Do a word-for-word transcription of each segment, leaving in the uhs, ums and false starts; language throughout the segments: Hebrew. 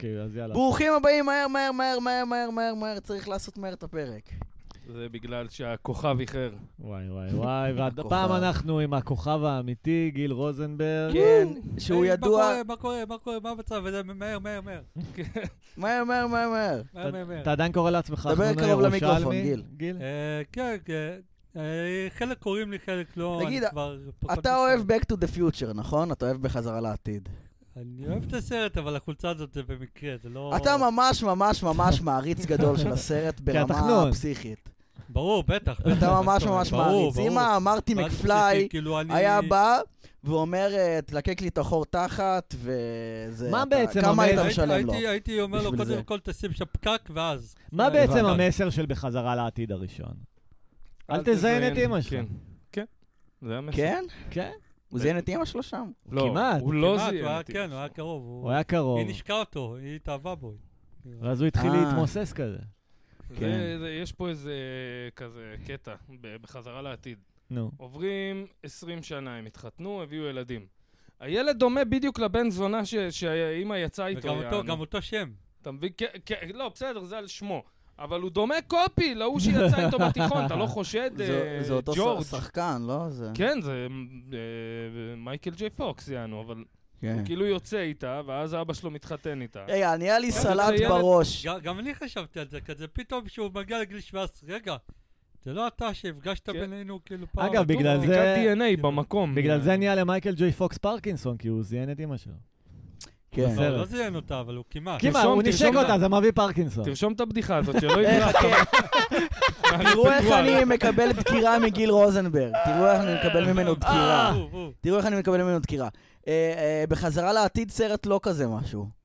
כאילו, אז יאללה. ברוכים הבאים, מהר, מהר, מהר, מהר, מהר, מהר, מהר, צריך לעשות מהר את הפרק. זה בגלל שהכוכב איחר. וואי וואי וואי, והפעם אנחנו עם הכוכב האמיתי, גיל רוזנברג. כן, שהוא ידוע... מה קורה, מה קורה, מה המצב? מהר, מהר, מהר. מהר, מהר, מהר, מהר. מהר, מהר, מהר. אתה עדיין קורא לעצמך דבר קרוב למיקרופון, גיל. גיל? כן, כן. חלק קוראים לי, חלק לא. תגיד, אתה אוהב Back to the Future, נכון? אתה אוהב בחזרה לעתיד. אני אוהב את הסרט, אבל החולצה הזאת זה במקרה, זה לא... אתה ממש ממש ממש מעריץ גדול של הסרט ברמה פסיכית. ברור, בטח, בטח. אתה ממש ממש מעריץ. אם מרטי מקפליי היה בא ואומר, תלקק לי את החור תחת, וזה... מה בעצם כמה היית משלם לו? הייתי אומר לו, קודם כל תשים שם פקק, ואז... מה בעצם המסר של בחזרה לעתיד הראשון? אל תזיין את אמא שלך. כן, זה המסר. כן? כן. הוא זיין את אמא שלו שם? לא, כמעט. הוא לא זיין את כן, הוא היה קרוב. הוא היה קרוב. היא נשקה אותו, היא התאהבה בו. ואז הוא התחיל להתמוסס כזה. יש פה איזה כזה קטע בחזרה לעתיד. נו. עוברים עשרים שנה, הם התחתנו, הביאו ילדים. הילד דומה בדיוק לבן זונה שהאמא יצאה איתו. גם אותו שם. אתה מבין? לא, בסדר, זה על שמו. אבל הוא דומה קופי להוא שיצא איתו בתיכון, אתה לא חושד, ג'ורג'. זה אותו שחקן, לא? כן, זה מייקל ג'יי פוקס יענו, אבל הוא כאילו יוצא איתה, ואז אבא שלו מתחתן איתה. רגע, נהיה לי סלט בראש. גם אני חשבתי על זה, כזה פתאום שהוא מגיע לגיל שבע עשרה, רגע, זה לא אתה שהפגשת בינינו כאילו פעם. אגב, בגלל זה... בדיקת די אן איי במקום. בגלל זה נהיה למייקל ג'יי פוקס פרקינסון, כי הוא זיין את אמא שלו. כן. הוא לא זיין אותה, אבל הוא כמעט. כמעט, הוא נשק אותה, זה מביא פרקינסון. תרשום את הבדיחה הזאת, שלא יברח. תראו איך אני מקבל דקירה מגיל רוזנברג. תראו איך אני מקבל ממנו דקירה. תראו איך אני מקבל ממנו דקירה. בחזרה לעתיד סרט לא כזה משהו.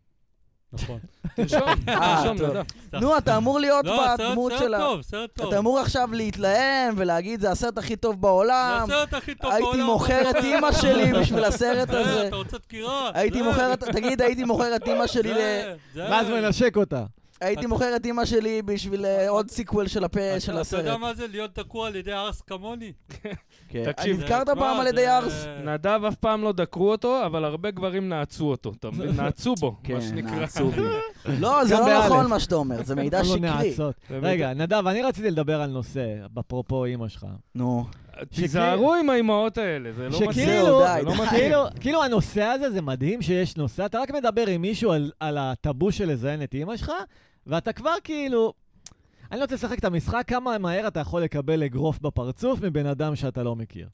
נכון. תרשום, תרשום, נדע. נו, אתה אמור להיות לא, בדמות סרט שלה. טוב, סרט טוב. אתה אמור עכשיו להתלהם ולהגיד, זה הסרט הכי טוב בעולם. זה הסרט הכי טוב בעולם. הייתי מוכר את אמא שלי בשביל הסרט הזה. אתה רוצה דקירה? הייתי מוכר, תגיד, הייתי מוכר את אמא שלי ל... ואז מנשק אותה. הייתי מוכר את אמא שלי בשביל עוד סיקוול של הפה של הסרט. אתה יודע מה זה להיות תקוע על ידי ארס כמוני? תקשיב, נזכרת פעם על ידי ארס? נדב אף פעם לא דקרו אותו, אבל הרבה גברים נעצו אותו. אתה מבין? נעצו בו, מה שנקרא. כן, נעצו בי. לא, זה לא נכון מה שאתה אומר, זה מידע שקרי. רגע, נדב, אני רציתי לדבר על נושא, בפרופו אמא שלך. נו. תיזהרו עם האמהות האלה, זה לא שכאילו, כאילו הנושא הזה, זה מדהים שיש נושא, אתה רק מדבר עם מישהו על הטאבו של לזיין את אמא שלך, ואתה כבר כאילו, אני לא רוצה לשחק את המשחק, כמה מהר אתה יכול לקבל אגרוף בפרצוף מבן אדם שאתה לא מכיר.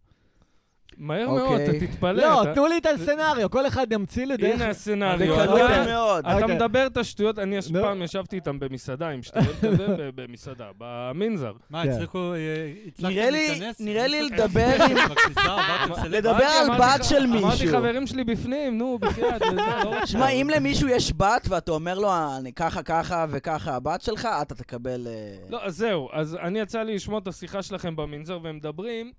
מהר מאוד, אתה תתפלא. לא, תנו לי את הסצנריו, כל אחד ימציא לדרך. הנה הסצנריו. אתה מדבר את השטויות, אני פעם ישבתי איתם במסעדה, עם שטויות כזה במסעדה, במנזר. מה, הצליחו, הצלחתם להיכנס? נראה לי לדבר עם... לדבר על בת של מישהו. אמרתי חברים שלי בפנים, נו, בחייאת. שמע, אם למישהו יש בת ואתה אומר לו, אני ככה, ככה וככה הבת שלך, אתה תקבל... לא, אז זהו, אז אני יצא לי לשמוע את השיחה שלכם במנזר והם מדברים,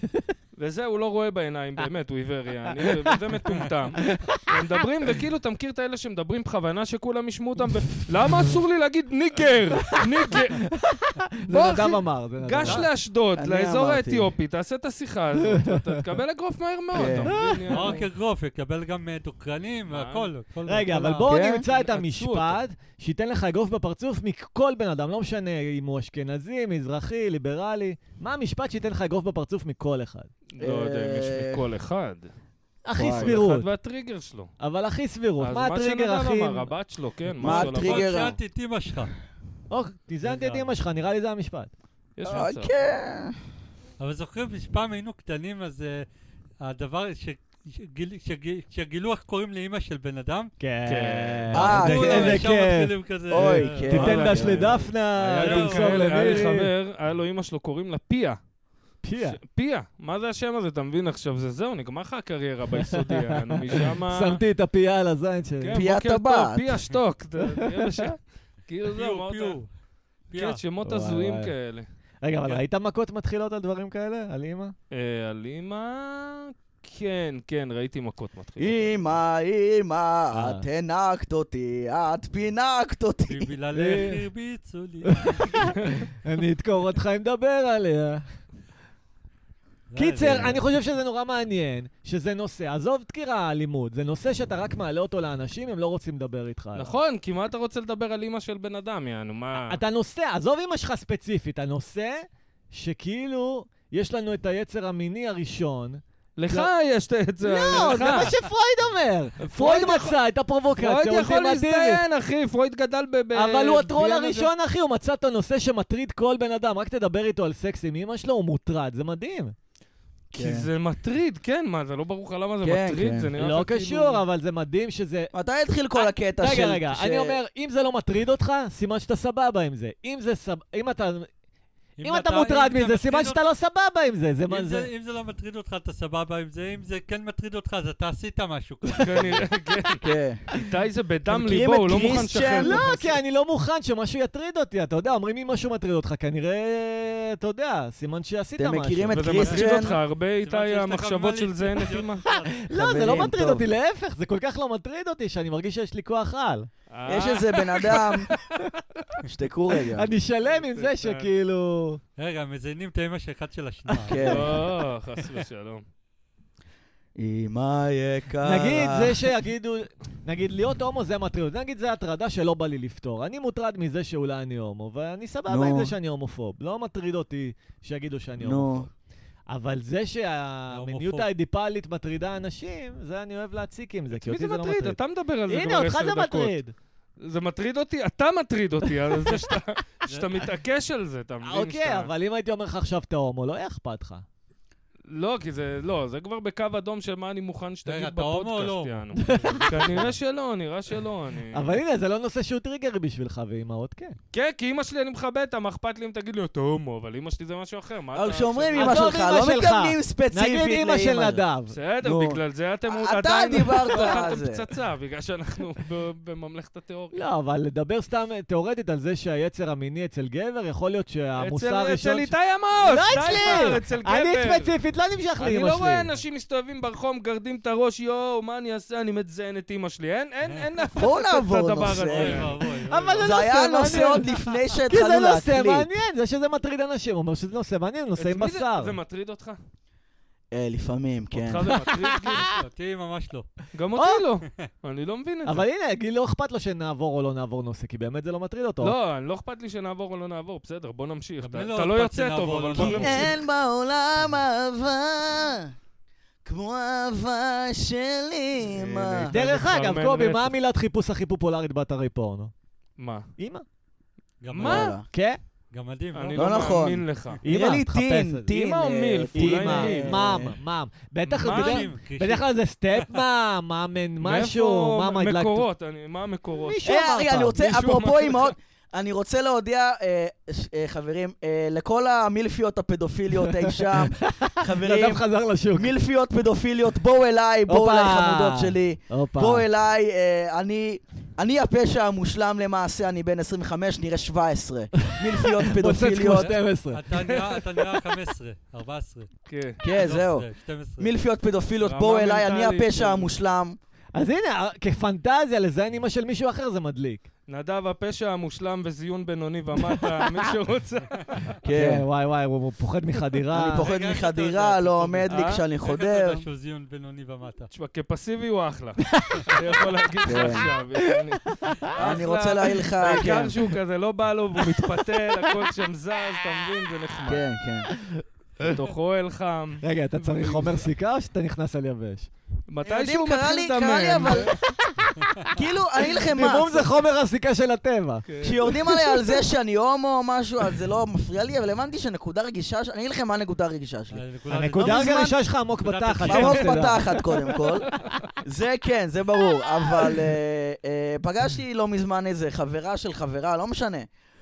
וזה הוא לא רואה בעיניים, באמת, הוא עיוור, יעני, וזה מטומטם. הם מדברים, וכאילו, אתה מכיר את האלה שמדברים בכוונה שכולם ישמעו אותם, למה אסור לי להגיד ניגר? ניגר. זה נדב אמר, זה נדב. גש לאשדוד, לאזור האתיופי, תעשה את השיחה הזאת, אתה תקבל אגרוף מהר מאוד. לא רק אגרוף, יקבל גם דוקרנים והכל. רגע, אבל בואו נמצא את המשפט, שייתן לך אגרוף בפרצוף מכל בן אדם, לא משנה אם הוא אשכנזי, מזרחי, ליברלי, מה המשפט שייתן לך אגרוף בפרצוף מכל אחד? לא יודע אם יש מכל אחד. הכי סבירות. אחד והטריגר שלו. אבל הכי סבירות. מה הטריגר הכי... אז מה שנדע אמר, הבת שלו, כן. מה הטריגר? תזיינתי את אמא שלך. אוקיי, תזיינתי את אמא שלך, נראה לי זה המשפט. יש מצב. כן. אבל זוכרים, פעם היינו קטנים, אז הדבר שגילו איך קוראים לאמא של בן אדם? כן. אה, איזה כיף. אוי, כן. תיתן דש לדפנה, תמסור למירי. היה לי חבר, היה לו אמא שלו, קוראים לה פיה. פיה. פיה. מה זה השם הזה? אתה מבין עכשיו? זה זהו, נגמר לך הקריירה ביסודי. אני משמה... שמתי את הפיה על הזין שלי. פיה טבעת. פיה שטוק. כאילו זהו, מה פיו, פיו. כן, שמות הזויים כאלה. רגע, אבל ראית מכות מתחילות על דברים כאלה? על אמא? על אמא... כן, כן, ראיתי מכות מתחילות. אמא, אמא, את הנקת אותי, את פינקת אותי. בגללך הרביצו לי. אני אתקור אותך אם דבר עליה. קיצר, אני חושב שזה נורא מעניין, שזה נושא, עזוב דקירה האלימות, זה נושא שאתה רק מעלה אותו לאנשים, הם לא רוצים לדבר איתך. נכון, כי מה אתה רוצה לדבר על אמא של בן אדם, יענו, מה... אתה נושא, עזוב אמא שלך ספציפית, הנושא שכאילו יש לנו את היצר המיני הראשון. לך יש את זה, לא, זה מה שפרויד אומר. פרויד מצא את הפרובוקציה, פרויד יכול להזדיין, אחי, פרויד גדל ב... אבל הוא הטרול הראשון, אחי, הוא מצא את הנושא שמטריד כל בן אדם, רק תדבר איתו על סקס עם אמא שלו, הוא מוטרד, זה מדהים. כי זה מטריד, כן, מה, זה לא ברור לך למה זה מטריד, זה נראה לא קשור, אבל זה מדהים שזה... מתי התחיל כל הקטע של... רגע, רגע, אני אומר, אם זה לא מטריד אותך, סימן שאתה סבבה עם זה. אם זה סבבה, אם אתה... אם אתה מוטרד מזה, סימן שאתה לא סבבה עם זה. אם זה לא מטריד אותך, אתה סבבה עם זה. אם זה כן מטריד אותך, אז אתה עשית משהו. כן. איתי זה בדם ליבו, הוא לא מוכן שחרר. לא, כי אני לא מוכן שמשהו יטריד אותי. אתה יודע, אומרים אם משהו מטריד אותך, כנראה, אתה יודע, סימן שעשית משהו. אתם מכירים את קריסטיאן? וזה מטריד אותך הרבה, איתי, המחשבות של זה נתימה? לא, זה לא מטריד אותי, להפך, זה כל כך לא מטריד אותי, שאני מרגיש שיש לי כוח על. יש איזה בן אדם, שתקו רגע. אני שלם עם זה שכאילו... רגע, מזיינים את האמא שאחד של השנייה. כן. לא, חס ושלום. אמא יקרה. נגיד זה שיגידו, נגיד להיות הומו זה מטריד, נגיד זה הטרדה שלא בא לי לפתור. אני מוטרד מזה שאולי אני הומו, ואני סבבה עם זה שאני הומופוב. לא מטריד אותי שיגידו שאני הומופוב. אבל זה שהמיניות האדיפלית מטרידה אנשים, זה אני אוהב להציק עם זה, כי אותי זה לא מטריד. אתה מדבר על זה הנה, אותך זה מטריד. זה מטריד אותי, אתה מטריד אותי, על זה שאתה מתעקש על זה, אתה מבין? אוקיי, אבל אם הייתי אומר לך עכשיו אתה הומו, לא היה אכפת לך. לא, כי זה, לא, זה כבר בקו אדום של מה אני מוכן שתגיד בפודקאסט, יענו. כנראה שלא, נראה שלא. אבל הנה, זה לא נושא שהוא טריגרי בשבילך, ואמהות כן. כן, כי אמא שלי אני מכבד, מה אכפת לי אם תגיד לי, אתה הומו, אבל אמא שלי זה משהו אחר. אבל כשאומרים אמא שלך, לא מתכוונים ספציפית לאמא. נגיד אמא של נדב. בסדר, בגלל זה אתם עדיין... אתה דיברת על זה. פצצה, בגלל שאנחנו בממלכת התיאוריה. לא, אבל לדבר סתם תיאורטית על זה שהיצר המיני אצל גבר, יכול להיות שהמוסר הראשון... אצל איתי עמוס! לא אצלי! אצל גבר! אני ספציפית, לא נמשך לי אמא אני לא רואה אנשים מסתובבים ברחום, גרדים את הראש, יואו, מה אני אעשה? אני מתזיין את אמא שלי. אין, אין, אין אף בואו נעבור נושא. זה היה נושא עוד לפני שהתחלנו להקליט. כי זה נושא מעניין, זה שזה מטריד אנשים. הוא אומר שזה נושא מעניין, נושא עם בשר. זה מטריד אותך? לפעמים, כן. אותך זה מטריד, גיל? אותי ממש לא. גם אותי לא. אני לא מבין את זה. אבל הנה, גיל לא אכפת לו שנעבור או לא נעבור נושא, כי באמת זה לא מטריד אותו. לא, לא אכפת לי שנעבור או לא נעבור, בסדר, בוא נמשיך. אתה לא יוצא טוב, אבל בוא נמשיך. כי אין בעולם אהבה כמו אהבה שלי, אמא. דרך אגב, קובי, מה המילת חיפוש הכי פופולרית באתרי פורנו? מה? אמא. מה? כן? גם מדהים, אני לא לא נכון. מאמין לך. נראה לי טין, טין. אמא או מילף? אמא, מאם, מאם. בטח, בדרך כלל זה סטפ מאם, מאמן משהו, מאם I'd like to... מקורות, מה המקורות? מישהו אמר רגע, אני רוצה, אפרופו אמהות, אני רוצה להודיע, חברים, לכל המילפיות הפדופיליות אי שם, חברים, נדב חזר לשוק. מילפיות פדופיליות, בואו אליי, בואו אליי חמודות שלי, בואו אליי, אני... אני הפשע המושלם למעשה, אני בן עשרים וחמש, נראה שבע עשרה. מילפיות פדופיליות. אתה נראה חמש עשרה, ארבע עשרה. כן, זהו. מילפיות פדופיליות, בואו אליי, אני הפשע המושלם. אז הנה, כפנטזיה לזיין אמא של מישהו אחר זה מדליק. נדב, הפשע המושלם וזיון בינוני ומטה, מי שרוצה. כן, וואי וואי, הוא פוחד מחדירה. אני פוחד מחדירה, לא עומד לי כשאני חודר. איך אתה יודע שהוא זיון בינוני ומטה? תשמע, כפסיבי הוא אחלה. אני יכול להגיד לך עכשיו. אני רוצה להעיל לך, כן. בעיקר שהוא כזה לא בא לו, והוא מתפתל, הכל שם זז, אתה מבין? זה נחמד. כן, כן. תוך אוהל חם. רגע, אתה צריך חומר סיכה או שאתה נכנס על יבש? מתי שהוא מתחיל לדמם. כאילו, אני אגיד לכם מה. דימום זה חומר הסיכה של הטבע. כשיורדים עליי על זה שאני הומו או משהו, אז זה לא מפריע לי, אבל הבנתי שנקודה רגישה, אני אגיד לכם מה הנקודה הרגישה שלי. הנקודה הרגישה שלך עמוק בתחת. עמוק בתחת קודם כל. זה כן, זה ברור. אבל פגשתי לא מזמן איזה חברה של חברה, לא משנה.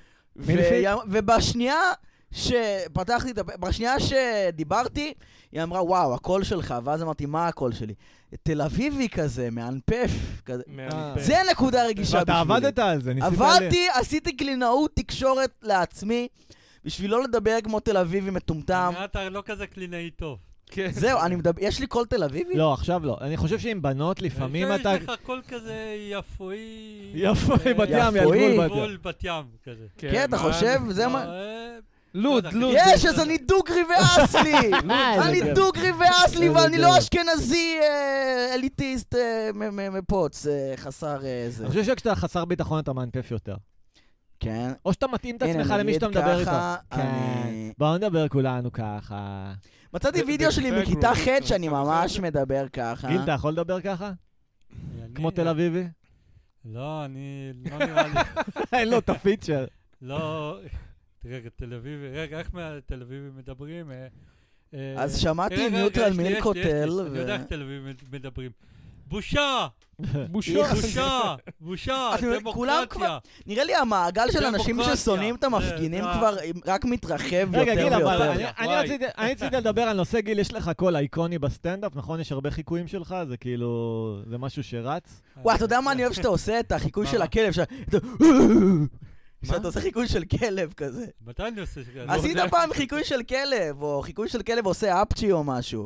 ובשנייה שפתחתי, בשנייה שדיברתי, היא אמרה, וואו, הקול שלך, ואז אמרתי, מה הקול שלי? תל אביבי כזה, מאנפף, כזה. זה נקודה רגישה בשבילי. ואתה עבדת על זה, ניסית עליה. עבדתי, עשיתי קלינאות תקשורת לעצמי, בשביל לא לדבר כמו תל אביבי מטומטם. אתה לא כזה קלינאי טוב. זהו, אני מדבר, יש לי קול תל אביבי? לא, עכשיו לא. אני חושב שעם בנות לפעמים אתה... יש לך קול כזה יפוי... יפוי בת ים, ילגול בת ים כזה. כן, אתה חושב? זה מה... לוד, לוד. יש, אז אני דוגרי ואסלי! אני דוגרי ואסלי ואני לא אשכנזי אליטיסט מפוץ, חסר זה. אני חושב שכשאתה חסר ביטחון אתה מנפף יותר. כן. או שאתה מתאים את עצמך למי שאתה מדבר איתו. כן. בואו נדבר כולנו ככה. מצאתי וידאו שלי מכיתה ח' שאני ממש מדבר ככה. גיל, אתה יכול לדבר ככה? כמו תל אביבי? לא, אני... לא נראה לי. אין לו את הפיצ'ר. לא... רגע, תל אביבי, רגע, איך מהתל אביבי מדברים? אז שמעתי ניוטרל מיל קוטל. אני יודע איך תל אביבי מדברים. בושה! בושה! בושה! בושה! דמוקרטיה! נראה לי המעגל של אנשים ששונאים את המפגינים כבר רק מתרחב יותר ויותר. רגע, גיל, אבל אני רציתי לדבר על נושא, גיל, יש לך קול אייקוני בסטנדאפ, נכון? יש הרבה חיקויים שלך, זה כאילו... זה משהו שרץ. וואי, אתה יודע מה אני אוהב שאתה עושה? את החיקוי של הכלב, שאתה עושה חיקוי של כלב כזה. מתי אני עושה שכלב? עשית פעם חיקוי של כלב, או חיקוי של כלב עושה אפצ'י או משהו.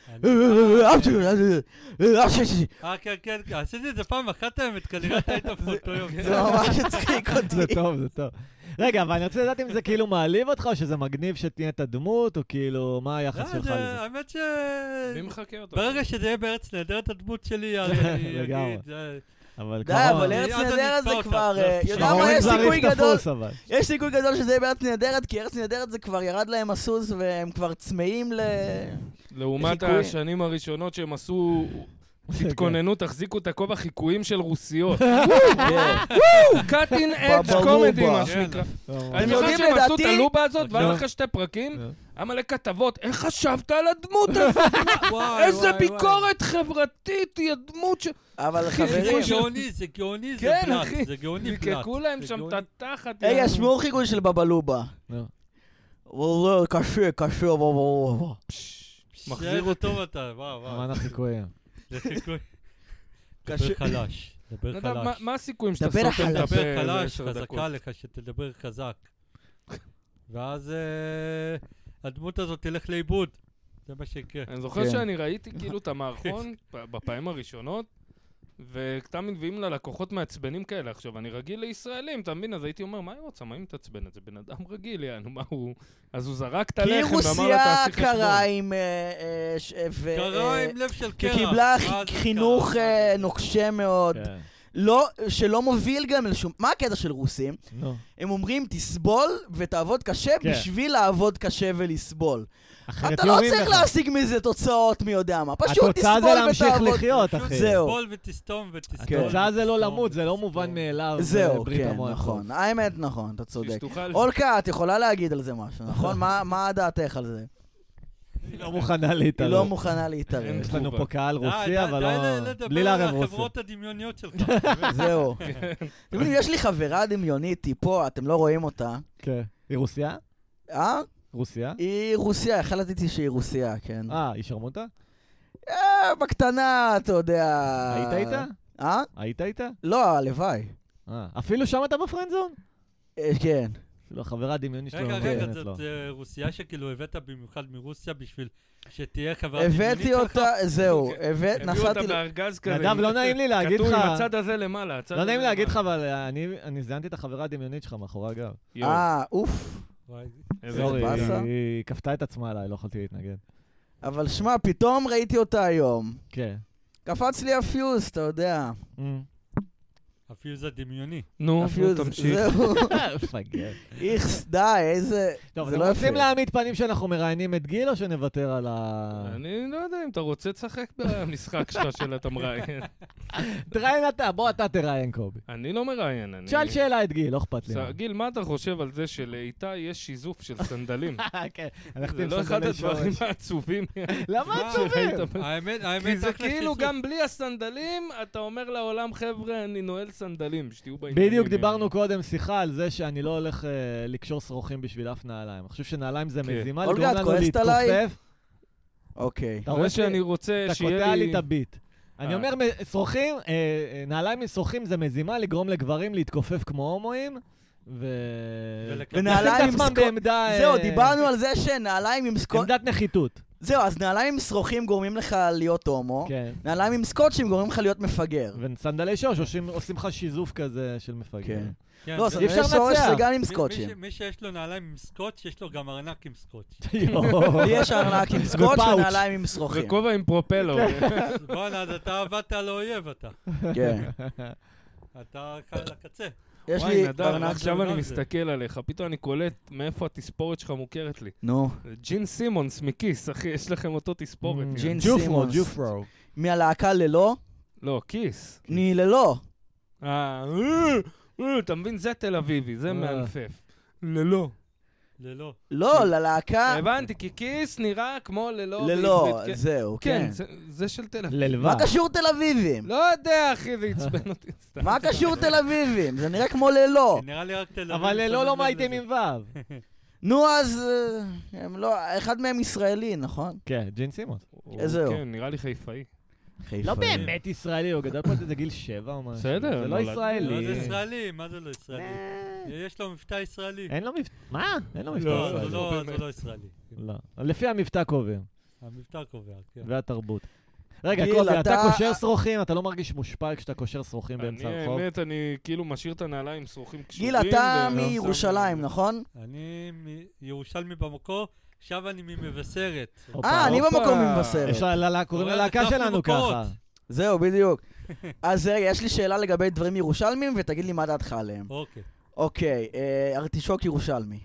אה, כן, כן, עשיתי את זה פעם אחת האמת, כנראה אתה היית פוטו יום. זה ממש הצחיק אותי. זה טוב, זה טוב. רגע, אבל אני רוצה לדעת אם זה כאילו מעליב אותך, או שזה מגניב שתהיה את הדמות, או כאילו, מה היחס שלך לזה? האמת ש... מי מחכה אותו? ברגע שזה יהיה בארץ נהדרת הדמות שלי, אני אגיד... אבל די, אבל ארץ נהדרת זה כבר... יודע מה, יש סיכוי גדול... יש סיכוי גדול שזה יהיה בארץ נהדרת, כי ארץ נהדרת זה כבר ירד להם הסוס, והם כבר צמאים ל... לעומת השנים הראשונות שהם עשו... תתכוננו, תחזיקו את הכובע חיקויים של רוסיות. קאטין אדג' קומדי, מה שנקרא. אני חושב שהם עשו את הלובה הזאת, ועל אחרי שתי פרקים, המלא כתבות, איך חשבת על הדמות הזאת? איזה ביקורת חברתית היא הדמות ש... אבל זה חברים... גאוני, זה גאוני, זה פלט, זה גאוני פלט. לקקו להם שם את התחת. היי, ישמעו חיקוי של בבלובה. קשה, קשה, בבלובה. מחזיר אותו טוב אתה, וואו, וואו. אמן החיקויים. זה חיקוי. דבר חלש, דבר חלש. מה הסיכויים שאתה דבר סותם חלש. דבר חלש, חזקה לך שתדבר חזק. ואז הדמות הזאת תלך לאיבוד. זה מה שיקרה. אני זוכר שאני ראיתי כאילו את המערכון בפעמים הראשונות, ותמיד מביאים ללקוחות מעצבנים כאלה. עכשיו, אני רגיל לישראלים, אתה מבין? אז הייתי אומר, מה היא רוצה? מה היא מתעצבנת? זה בן אדם רגיל, יענו, מה הוא... אז הוא זרק את הלחם ואמר לה, תעשי חשבון. כי רוסיה קרה עם... קרה עם לב של קרח. שקיבלה חינוך נוקשה מאוד. לא, שלא מוביל גם לשום... מה הקטע של רוסים? הם אומרים, תסבול ותעבוד קשה בשביל לעבוד קשה ולסבול. אתה לא צריך להשיג מזה תוצאות מי יודע מה, פשוט תסבול ותעבוד. התוצאה זה להמשיך לחיות, אחי. זהו. תסבול ותסתום ותסתום. התוצאה זה לא למות, זה לא מובן מאליו. זהו, כן, נכון. האמת נכון, אתה צודק. אולקה, את יכולה להגיד על זה משהו, נכון? מה דעתך על זה? היא לא מוכנה להתערב. היא לא מוכנה להתערב. יש לנו פה קהל רוסי, אבל לא... בלי לדבר לערב על רוסי. החברות הדמיוניות שלך. זהו. אתם יודעים, יש לי חברה דמיונית, היא פה, אתם לא רואים אותה. כן. היא רוסיה? אה? רוסיה? היא רוסיה, החלטתי שהיא רוסיה, כן. אה, היא שרמוטה? אה, בקטנה, אתה יודע... היית איתה? אה? היית איתה? לא, הלוואי. אה, אפילו שם אתה בפרנדזון? כן. אפילו החברה הדמיונית שלו. רגע, רגע, זאת רוסיה שכאילו הבאת במיוחד מרוסיה בשביל שתהיה חברה דמיונית שלך? הבאתי אותה, זהו, נסעתי... הביאו אותה בארגז כזה. נדב, לא נעים לי להגיד לך... כתוב עם הצד הזה למעלה. לא נעים לי להגיד לך, אבל אני זיינתי את החברה הדמיונית שלך מאחורי הגב. אה, אוף. סורי, היא כפתה את עצמה עליי, לא יכולתי להתנגד. אבל שמע, פתאום ראיתי אותה היום. כן. קפץ לי הפיוז, אתה יודע. הפיוז הדמיוני. נו, תמשיך. זהו. פגר. איכס, די, איזה... טוב, אתם רוצים להעמיד פנים שאנחנו מראיינים את גיל, או שנוותר על ה... אני לא יודע אם אתה רוצה לשחק במשחק שלך של אתה מראיין. תראיין אתה, בוא אתה תראיין, קובי. אני לא מראיין. שאל שאלה את גיל, לא אכפת לי. גיל, מה אתה חושב על זה שלאיתה יש שיזוף של סנדלים? כן, זה לא אחד הדברים העצובים. למה עצובים? האמת, האמת... כי זה כאילו גם בלי הסנדלים, אתה אומר לעולם, חבר'ה, אני נועל סנדלים, שתהיו בעניינים. בדיוק דיברנו קודם שיחה על זה שאני לא הולך לקשור שרוכים בשביל אף נעליים. אני חושב שנעליים זה מזימה, לגרום לנו להתכופף. אוקיי. אתה רואה שאני רוצה שיהיה לי... אתה קוטע לי את הביט. אני אומר, שרוכים, נעליים משרוכים זה מזימה לגרום לגברים להתכופף כמו הומואים, ונעליים עם סקוט... זהו, דיברנו על זה שנעליים עם סקוט... עמדת נחיתות. זהו, אז נעליים עם שרוכים גורמים לך להיות הומו, כן. נעליים עם סקוטשים גורמים לך להיות מפגר. וסנדלי שוש עושים, עושים לך שיזוף כזה של מפגר. כן. כן, לא, זה- סנדלי שורש זה גם עם מי- סקוטשים. מי ש- מי שיש לו נעליים עם סקוטש, יש לו גם ארנק עם סקוטש. לי יש ארנק עם סקוטש ופאוץ'. ונעליים עם שרוכים. וכובע עם פרופלור. בוא'נה, אז אתה עבדת על האויב אתה. כן. אתה על הקצה. יש וואי, לי נדב, ארנק... עכשיו אני זה. מסתכל עליך, פתאום אני קולט מאיפה התספורת שלך מוכרת לי. נו, ג'ין סימונס מכיס, אחי, יש לכם אותו תספורת. ג'ין יאללה. ג'ופרו, סימונס. ג'ופרו. מהלהקה ללא? לא, כיס. אני ללא. אה, אה, אה, אתה מבין? זה תל אביבי, זה אה. מענפף. ללא. ללא. לא, ללהקה... הבנתי, כי כיס נראה כמו ללא. ללא, בעברית, כן. זהו, כן, כן. זה- זה של תל אביב. ללווה. מה קשור תל אביבים? לא יודע, אחי, זה עצבן אותי. סתם. מה קשור תל אביבים? זה נראה כמו ללא. נראה לי רק תל אביב. אבל ללא שמת לא לב מייתם לזה. עם וו. נו, אז... אה, הם לא... אחד מהם ישראלי, נכון? כן, ג'ין סימונס. הוא- זהו. כן, נראה לי חיפאי. חיפה. לא באמת ישראלי, הוא גדל פה איזה גיל שבע או משהו. בסדר, זה לא נולד- לא, ישראלי. זה ישראלי, מה זה לא ישראלי? אה, יש לו מבטא ישראלי. אין לו מבטא... מה? אין לו מבטא לא, ישראלי. זה לא- זה לא ישראלי. לא. לפי המבטא קובעים, המבטא קובע, כן. והתרבות. רגע, גיל, קובי, אתה אתה- קושר שרוכים, אתה לא מרגיש מושפל כשאתה קושר שרוכים באמצע אני, הרחוב? האמת, אני כאילו משאיר את הנעליים עם שרוכים קשורים. גיל, אתה ו- מירושלים, נכון? אני מירושלמי במקור, עכשיו אני ממבשרת. הופה. אה, אני הופה. במקום ממבשרת. יש לה- לה- קוראים אבל ללהקה הצפנו שלנו מקורות. ככה. זהו, בדיוק. אז רגע, יש לי שאלה לגבי דברים ירושלמים, ותגיד לי מה דעתך עליהם. אוקיי. אוקיי, אה, ארטישוק ירושלמי.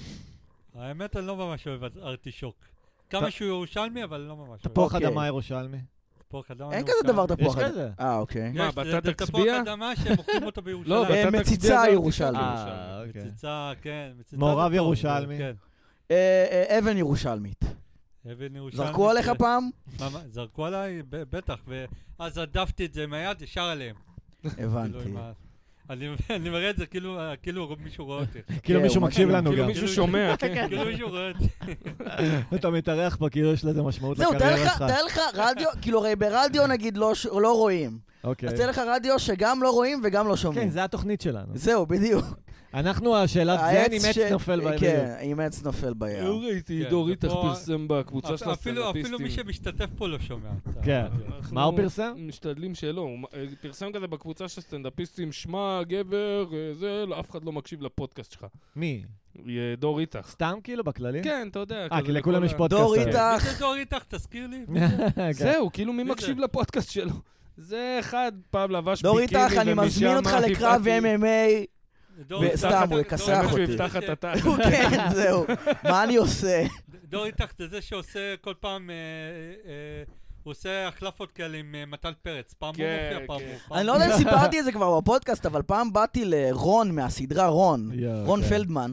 האמת, אני לא ממש אוהב ארטישוק. כמה שהוא ירושלמי, אבל לא ממש אוהב. תפוח אוקיי. אדמה ירושלמי. תפוח אדמה אין ירושלמי. כזה דבר תפוח יש אדמה. כזה. אה, אוקיי. מה, יש, זה- בטטה זה תפוח תצביע? אדמה שמוכרים אותו לא, בירושלים. אה, בטטה מציצה תצביע גם ירושלמי. תשאל אה, אוקיי. מציצה, כן. מציצה מעורב זה טוב, ירושלמי. כן. אה, אה, אבן ירושלמית. אבן ירושלמי. זרקו עליך כן. פעם? מה, מה, זרקו עליי? ב- בטח. ואז הדפתי את זה עם היד, ישר עליהם. כאילו, הבנתי. עם ה- אני אני מראה את זה כאילו כאילו מישהו רואה אותי. כאילו כן, מישהו הוא מקשיב מקשיב. לנו כאילו גם. מישהו שומע, כן. כאילו מישהו רואה אותי. אתה מתארח פה, כאילו יש לזה משמעות זהו, תאר לקריירה לך, שלך. תאר לך רדיו, כאילו הרי ברדיו נגיד לא ש- לא רואים. אוקיי. אז תאר לך רדיו שגם לא רואים וגם לא כן, שומעים. זה התוכנית שלנו. זהו, בדיוק. אנחנו, השאלת זן עם העץ עץ ש- נופל בימים. כן, עם עץ נופל בים. לא ראיתי, כן, דורית איך ופה- פרסם בקבוצה של אפילו הסטנדאפיסטים. אפילו מי שמשתתף פה לא שומע. אתה- כן. אנחנו מה הוא פרסם? משתדלים שלא. הוא אה, פרסם כזה בקבוצה של סטנדאפיסטים, שמע, גבר, אה, זה, לא, אף אחד לא מקשיב לפודקאסט שלך. מי? אה, דור איתך. סתם כאילו בכללי? כן, אתה יודע. אה, כזה כי לכולם בכל יש ה- פודקאסט. דור הרי. איתך. מי זה דור איתך? תזכיר לי. כן. זהו, כאילו מי מי מקשיב זה? לפודקאסט שלו? זה אחד פעם לבש דור ביקיני איתך, אני מזמין אותך ומשם לקרב באתי- אם אם איי. דור וסתם, איתך- הוא דור- יכסח דור- האמת שהוא אותי. יפתח את התא. כן, זהו. מה אני עושה? דור איתך זה זה שעושה כל פעם, אה, אה, הוא עושה החלפות כאלה עם אה, מתן פרץ. פעם הוא כן, מופיע, פעם כן. הוא. פעם אני לא הוא- יודע אם סיפרתי את זה כבר בפודקאסט, אבל פעם באתי לרון מהסדרה רון, יואו, רון כן. פלדמן,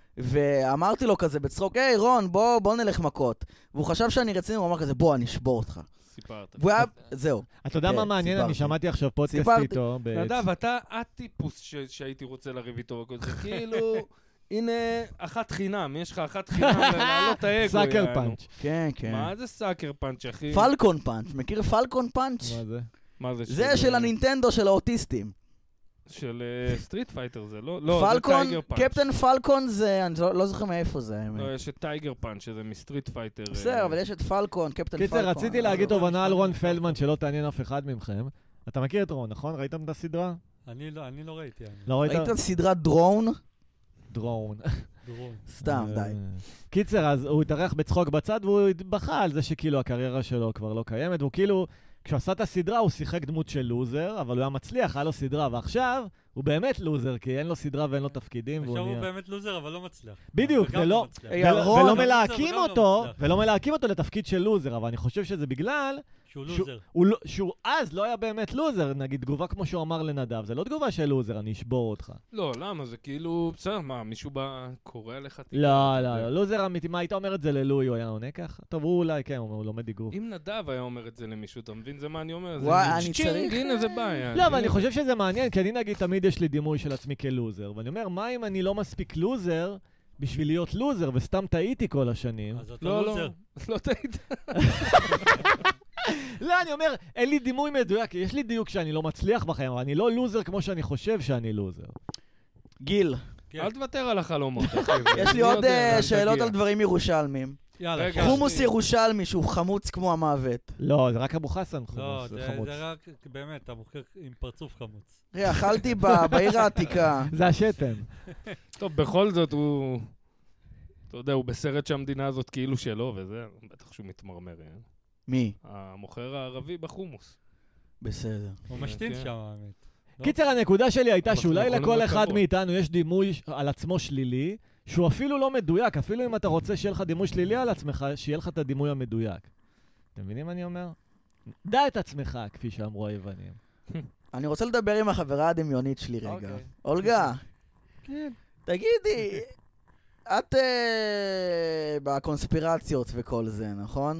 ואמרתי לו כזה בצחוק, היי רון, בוא בוא נלך מכות. והוא חשב שאני רציני, הוא אמר כזה, בוא, אני אשבור אותך. סיפרת. והוא היה, זהו. אתה יודע כן, מה מעניין? אני סיפרתי. שמעתי עכשיו פודקאסט סיפרתי. איתו. בעץ. נדב, אתה הטיפוס ש- שהייתי רוצה לריב איתו וכל זה. כאילו, הנה, אחת חינם, יש לך אחת חינם להעלות את האגו. סאקר יענו. פאנץ'. כן, כן. מה זה סאקר פאנץ', אחי? פלקון פאנץ', מכיר פלקון פאנץ'? מה זה? מה זה? זה של הנינטנדו של האוטיסטים. של סטריט פייטר זה, לא? לא, זה פלקון, טייגר פאנץ'. קפטן פלקון זה, אני לא לא זוכר מאיפה זה. האמת. לא, יש את טייגר פאנץ', שזה מסטריט פייטר. בסדר, אבל יש את פלקון, קפטן פלקון. קיצר, רציתי אה, להגיד לא. תובנה על רון פלדמן שלא תעניין אף אחד מכם. אתה מכיר את רון, נכון? ראיתם את הסדרה? אני לא אני לא ראיתי. אני- לא ראית? ראית את סדרת דרון? דרון. דורון. סתם, די. אה, קיצר, אז הוא התארח בצחוק בצד והוא בכה על זה שכאילו הקריירה שלו כבר לא קיימת, והוא כאילו, כשהוא עשה את הסדרה הוא שיחק דמות של לוזר, אבל הוא היה מצליח, היה לו סדרה, ועכשיו הוא באמת לוזר, כי אין לו סדרה ואין לו תפקידים, והוא עכשיו הוא נהיה... באמת לוזר, אבל לא מצליח. בדיוק, וגם ולא- לא מצליח. אה, ולא- רון- ולא גם מלהקים וגם לא אותו, מצליח. ולא מלהקים אותו לתפקיד של לוזר, אבל אני חושב שזה בגלל שהוא שהוא- לוזר. הוא לא- שהוא אז לא היה באמת לוזר, נגיד תגובה כמו שהוא אמר לנדב, זה לא תגובה של לוזר, אני אשבור אותך. לא, למה? זה כאילו, בסדר, מה, מישהו בא, קורא לך? טיפה? לא, לא, לא, לוזר אמיתי, מה היית אומר את זה ללואי, הוא היה עונה ככה? טוב, הוא אולי, כן, הוא לומד אגרוף. אם נדב היה אומר את זה למישהו, אתה מבין? זה מה אני אומר? זה וואי, אני צ'ינג, צריך- הנה זה בעיה. לא, אבל אני חושב שזה מעניין, כי אני נגיד תמיד יש לי דימוי של עצמי כלוזר, ואני אומר, מה אם אני לא מספיק לוזר בשביל להיות לוזר, וסתם טעיתי כל השנים? אז אתה לא, לא, לוזר. לא טעית. לא, אני אומר, אין לי דימוי מדויק, יש לי דיוק שאני לא מצליח בחיים, אבל אני לא לוזר כמו שאני חושב שאני לוזר. גיל, כן. אל תוותר על החלומות, אחי. יש לי אני עוד יודע אה, לאן שאלות תגיע. על דברים ירושלמים. יאללה. חומוס ירושלמי שהוא חמוץ כמו המוות. לא, זה רק אבו חסן לא, חמוץ. זה רק, באמת, אתה מוכר עם פרצוף חמוץ. תראה, אכלתי בעיר העתיקה. זה השתן. טוב, בכל זאת הוא... אתה יודע, הוא בסרט שהמדינה הזאת כאילו שלו, וזה, בטח שהוא מתמרמר. מי? המוכר הערבי בחומוס. בסדר. הוא משתין שם, האמת. קיצר, הנקודה שלי הייתה שאולי יכולים לכל אחד לקוות. מאיתנו יש דימוי על עצמו שלילי, שהוא אפילו לא מדויק, אפילו אם אתה רוצה שיהיה לך דימוי שלילי על עצמך, שיהיה לך את הדימוי המדויק. אתם מבינים מה אני אומר? דע את עצמך, כפי שאמרו היוונים. אני רוצה לדבר עם החברה הדמיונית שלי רגע. אוקיי. אולגה, כן. תגידי, את אה, בקונספירציות וכל זה, נכון?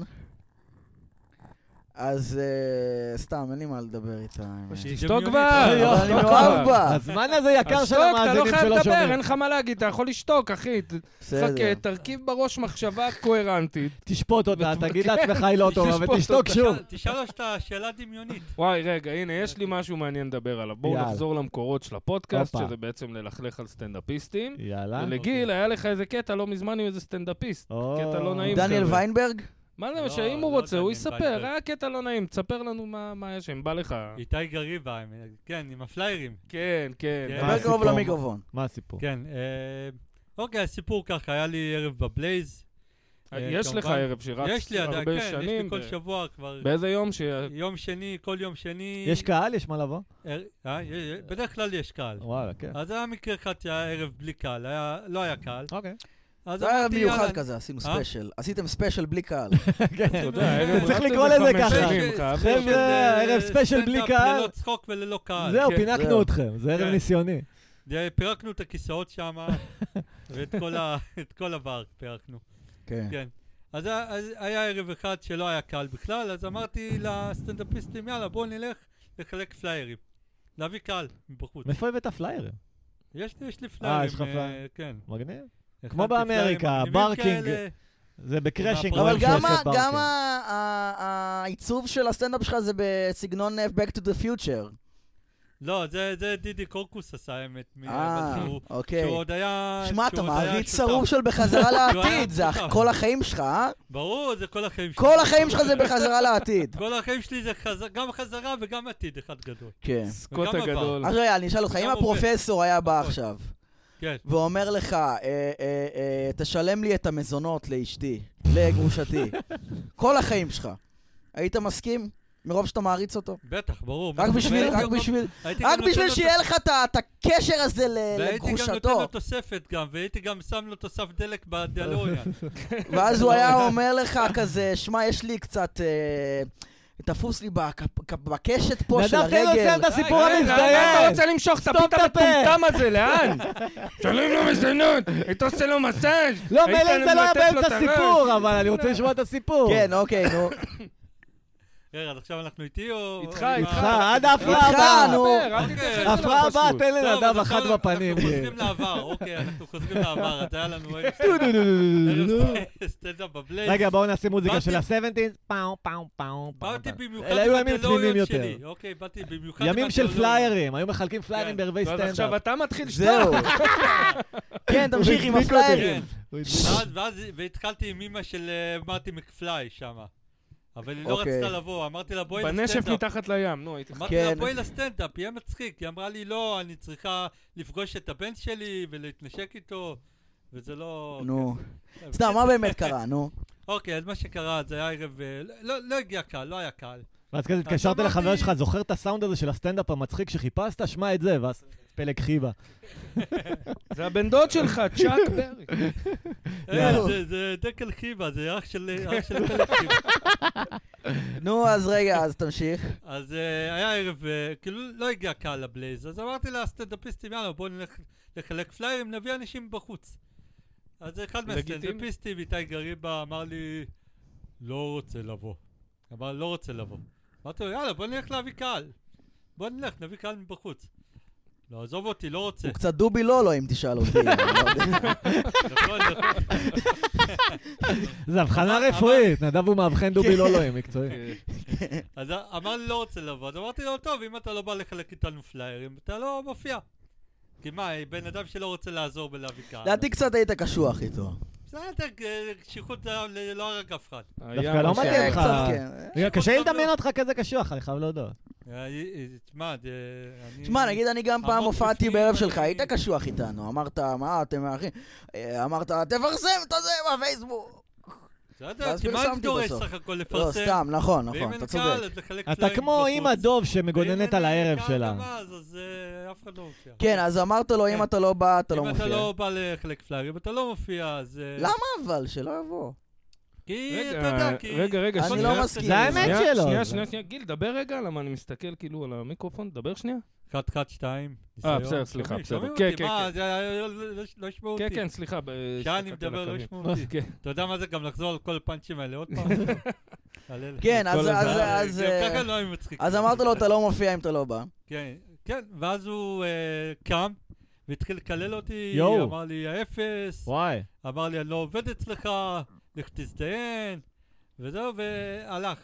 אז אה, סתם, אין לי מה לדבר איתה. תשתוק כבר! אבל אני מאוהב בה. הזמן הזה יקר של תשתוק, אתה לא המאזינים חייב שלא לדבר, שומעים. אין לך מה להגיד, אתה יכול לשתוק, אחי. בסדר. חכה, תרכיב בראש מחשבה קוהרנטית. תשפוט אותה, ותבקר. תגיד לעצמך היא לא טובה, תשפוט ותשתוק אותה. שוב. תשאל לו שאתה שאלה דמיונית. וואי, רגע, הנה, יש לי משהו מעניין לדבר עליו. בואו יאללה. נחזור למקורות של הפודקאסט, הופה. שזה בעצם ללכלך על סטנדאפיסטים. יאללה. ולגיל, היה לך איזה קטע לא מזמן עם איזה סטנדאפיסט. או. קטע לא נעים. דניאל חבר'ה. ויינברג? מה זה, לא, שאם הוא לא רוצה, הוא דניאל יספר. ויינברג. היה קטע לא נעים, תספר לנו מה מה יש שם, בא לך. איתי גריבה, כן, עם הפליירים. כן, כן. כן. מה דבר הסיפור? קרוב למיקרופון. מה הסיפור? כן, אה, אוקיי, הסיפור ככה, היה לי ערב בבלייז. אה, יש לך כמובן- ערב שרץ יש לי עדיין, הרבה כן, יש לי שנים. כל ו- שבוע כבר. באיזה יום ש... יום שני, כל יום שני. יש קהל? יש מה לבוא? אה, אה, יש- בדרך כלל יש קהל. וואלה, כן. אז היה מקרה אחד שהיה ערב בלי קהל, היה- לא היה קהל. אוקיי. אז זה היה אמרתי, מיוחד יאללה, כזה, עשינו אה? ספיישל. עשיתם ספיישל בלי קהל. אתה יודע, הערב צריך רץ לקרוא איזה לזה חמש ככה. שנים, ספיישל, חייב. חבר'ה, ספיישל, אה, ערב ספיישל בלי סטנדאפ קהל. ללא צחוק וללא קהל. זהו, כן. פינקנו זהו. אתכם, זה ערב כן. ניסיוני. זה- פירקנו את הכיסאות שם, ואת כל ה- את כל הבר פירקנו. כן. כן. אז היה- אז היה ערב אחד שלא היה קהל בכלל, אז אמרתי לסטנדאפיסטים, יאללה, בואו נלך לחלק פליירים. להביא קהל מבחוץ. מאיפה הבאת פליירים? יש לי, יש לי פליירים. יש לך פליירים? כן. מגניב. הכנתי כמו באמריקה, פליירים מגניבים ברקינג. כאלה. זה בקרשינג. אבל אבל רואים גם שעושה ה- ברקינג. גם ה- ה- העיצוב של הסטנדאפ שלך זה בסגנון אה, Back to the Future. לא, זה, זה דידי קורקוס עשה, האמת. מ- אה, אבל שהוא- אוקיי. שהוא עוד היה... שמע, אתה שהוא עוד היה מעריץ שותף. צרוף של בחזרה לעתיד, זה שותף. כל החיים שלך, אה? ברור, זה כל החיים שלי. כל החיים שלך זה בחזרה לעתיד. כל החיים שלי זה חז- גם חזרה וגם עתיד אחד גדול. כן. סקוט וגם הגדול. אז רגע, אני אשאל אותך, אם גם הפרופסור היה בא נכון. עכשיו, כן. ואומר לך, אה, אה, אה, תשלם לי את המזונות לאשתי, לגרושתי, כל החיים שלך, היית מסכים? מרוב שאתה מעריץ אותו? בטח, ברור. רק בשביל, והייתי רק גם- בשביל, הייתי רק גם נותן בשביל לו שיהיה לך את ה- את הקשר הזה ל- והייתי גם נותן לגרושתו. לו תוספת גם, והייתי גם שם לו תוסף דלק בדלוריאן. ואז הוא היה אומר לך כזה, שמע, יש לי קצת, אה, תפוס לי בק- בקשת פה של נדב, תן לו לסיים הרגל. את הסיפור רגע, לאן אתה המזדיין. רוצה למשוך את סתום הפיתה את הפה. המטומטם הזה, לאן? שלם לו מזונות, היית עושה לו מסאז'. לא, היית מילא זה לא היה מלטף לו באמצע את הראש. הסיפור, אבל אני רוצה לשמוע את הסיפור. כן, אוקיי, נו. רגע, אז עכשיו אנחנו איתי או... איתך, או עם איתך. ה- עד ההפרעה איתך, הבאה. נו. דבר, אל אוקיי. תתייחס אליו ההפרעה הבאה, פשוט. תן טוב, לנדב אז אחת עכשיו בפנים. אנחנו חוזרים לעבר, אוקיי, אנחנו חוזרים לעבר, אז היה לנו ערב סטנדאפ בבלייז. רגע, בואו נעשה מוזיקה באתי- של ה-שבעים. פאו, פאו, פאו. באתי במיוחד אלה היו ימים הדלוריאן תמימים יותר. שלי. אוקיי, באתי במיוחד עם ימים של הדלוריאן. פליירים, היו מחלקים פליירים כן. בערבי אז עכשיו סטנדאפ. אתה מתחיל לשתות. זהו. כן, תמשיך עם הדביק אותי. הפליירים. ואז, ואז, והתחלתי עם אמא של אה, מרטי מקפליי שמה. אבל היא לא אוקיי. רצתה לבוא, אמרתי לה בואי בנשף לסטנדאפ. מתחת לים, נו, הייתי... אמרתי כן. לה בואי לסטנדאפ, יהיה מצחיק. היא אמרה לי לא, אני צריכה לפגוש את הבן שלי ולהתנשק איתו, וזה לא... נו. כן. סתם, מה באמת קרה, נו? אוקיי, אז מה שקרה, זה היה ערב... אה, לא, לא הגיע קהל, לא היה קהל. ואז כזה התקשרת אמרתי- לחבר שלך, זוכר את הסאונד הזה של הסטנדאפ המצחיק שחיפשת? שמע את זה, ואז פלג חיבה. זה הבן דוד שלך, צ'אק ברי. אה, זה- זה דקל חיבה, זה אח של אח של פלג חיבה. נו, אז רגע, אז תמשיך. אז אה, היה ערב, אה, כאילו לא הגיע קהל לבלייז, אז אמרתי לסטנדאפיסטים, יאללה בואו נלך לחלק פליירים, נביא אנשים בחוץ. אז אחד לגיטימי. מהסטנדאפיסטים, איתי גריבה, אמר לי, לא רוצה לבוא. אמר, לא רוצה לבוא. אמרתי לו, יאללה, בוא נלך להביא קהל. בוא נלך, נביא קהל מבחוץ. לא, עזוב אותי, לא רוצה. הוא קצת דובי לולו, אם תשאל אותי. אני לא יודע. נכון, נכון. זה הבחנה רפואית, נדב הוא מאבחן דובי לולואים, מקצועי. אז אמר לי, לא רוצה לבוא. אז אמרתי לו, טוב, אם אתה לא בא לחלק איתנו פליירים, אתה לא מופיע. כי מה, בן אדם שלא רוצה לעזור בלהביא קהל. לדעתי קצת היית קשוח איתו. בסדר, קשיחות לא הרג אף אחד. דווקא לא מתאים לך. קשה לי לדמיין אותך כזה קשוח, אני חייב להודות. תשמע, תשמע, נגיד אני גם פעם הופעתי בערב שלך, היית קשוח איתנו, אמרת, מה אתם אחים? אמרת, תפרסם את זה בפייסבוק. בסדר, כי מה אני דורש סך הכל לפרסם? לא, סתם, נכון, נכון, אתה צודק. אתה כמו אמא דוב שמגוננת על הערב שלה. אז אף אחד לא מופיע. כן, אז אמרת לו, אם אתה לא בא, אתה לא מופיע. אם אתה לא בא לחלק פליירים, אם אתה לא מופיע, אז... למה אבל? שלא יבוא. כי, אתה יודע, כי... רגע, רגע, אני לא מסכים. זה האמת שלו. שנייה, שנייה, שנייה. גיל, דבר רגע, למה אני מסתכל כאילו על המיקרופון, דבר שנייה. אחת, אחת, שתיים. אה, בסדר, סליחה, בסדר. כן, כן, מה, לא ישמעו אותי. כן, כן, סליחה. שעה אני מדבר, לא ישמעו אותי. אתה יודע מה זה גם לחזור על כל הפאנצ'ים האלה עוד פעם? כן, אז... ככה לא היו מצחיקים. אז אמרת לו, אתה לא מופיע אם אתה לא בא. כן, כן, ואז הוא קם והתחיל לקלל אותי, אמר לי, האפס. וואי. אמר לי, אני לא עובד אצלך, לך תזדיין. וזהו, והלך.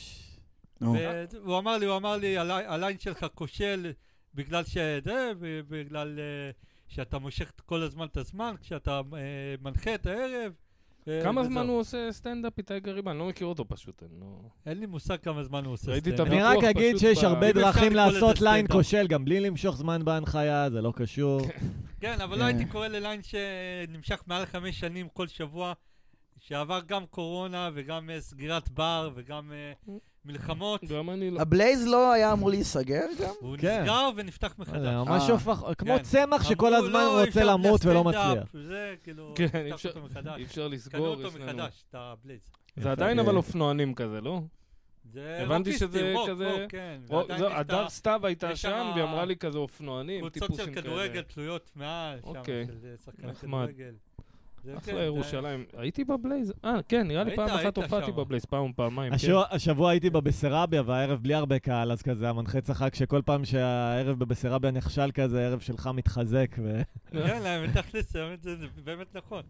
והוא אמר לי, הוא אמר לי, הליין שלך כושל בגלל שזה, ובגלל שאתה מושך כל הזמן את הזמן, כשאתה מנחה את הערב. כמה זמן הוא עושה סטנדאפ איתי גריבן? אני לא מכיר אותו פשוט. אין לי מושג כמה זמן הוא עושה סטנדאפ. אני רק אגיד שיש הרבה דרכים לעשות ליין כושל, גם בלי למשוך זמן בהנחיה, זה לא קשור. כן, אבל לא הייתי קורא לליין שנמשך מעל חמש שנים כל שבוע, שעבר גם קורונה וגם סגירת בר וגם מלחמות. הבלייז לא היה אמור להיסגר גם? הוא נסגר ונפתח מחדש. ממש הופך, כמו צמח שכל הזמן רוצה למות ולא מצליח. זה כאילו, כן, אי אפשר לסגור. קנו אותו מחדש, את הבלייז. זה עדיין אבל אופנוענים כזה, לא? הבנתי שזה רוק, כזה... רוק, כן. הדר סתיו הייתה שם והיא אמרה לי כזה אופנוענים, טיפוסים כאלה. קבוצות של כדורגל תלויות מעל, שם של שחקני כדורגל. אחלה ירושלים. הייתי בבלייז? אה, כן, נראה לי פעם אחת הופעתי בבלייז, פעם או פעמיים. השבוע הייתי בבסרביה והערב בלי הרבה קהל, אז כזה המנחה צחק שכל פעם שהערב בבסרביה נכשל כזה, הערב שלך מתחזק. כן, האמת תכלס, זה באמת נכון.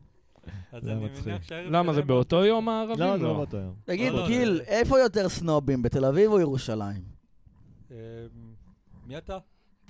למה, זה באותו יום הערבים? לא, זה לא באותו יום. תגיד, גיל, איפה יותר סנובים, בתל אביב או ירושלים? מי אתה?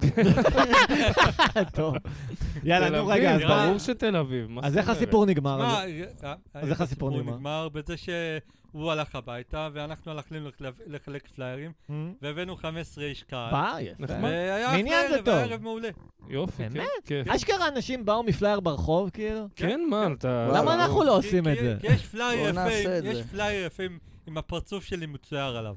טוב. יאללה, נו רגע. ברור שתל אביב. אז איך הסיפור נגמר? אז איך הסיפור נגמר? בזה שהוא הלך הביתה, ואנחנו הלכנו לחלק פליירים, והבאנו חמש עשרה איש קהל. ביי, יפה. והיה פלייר וערב מעולה. יופי, כן. אשכרה אנשים באו מפלייר ברחוב, כאילו? כן, מה, אתה... למה אנחנו לא עושים את זה? כי יש פלייר יפים. עם הפרצוף שלי מצויר עליו.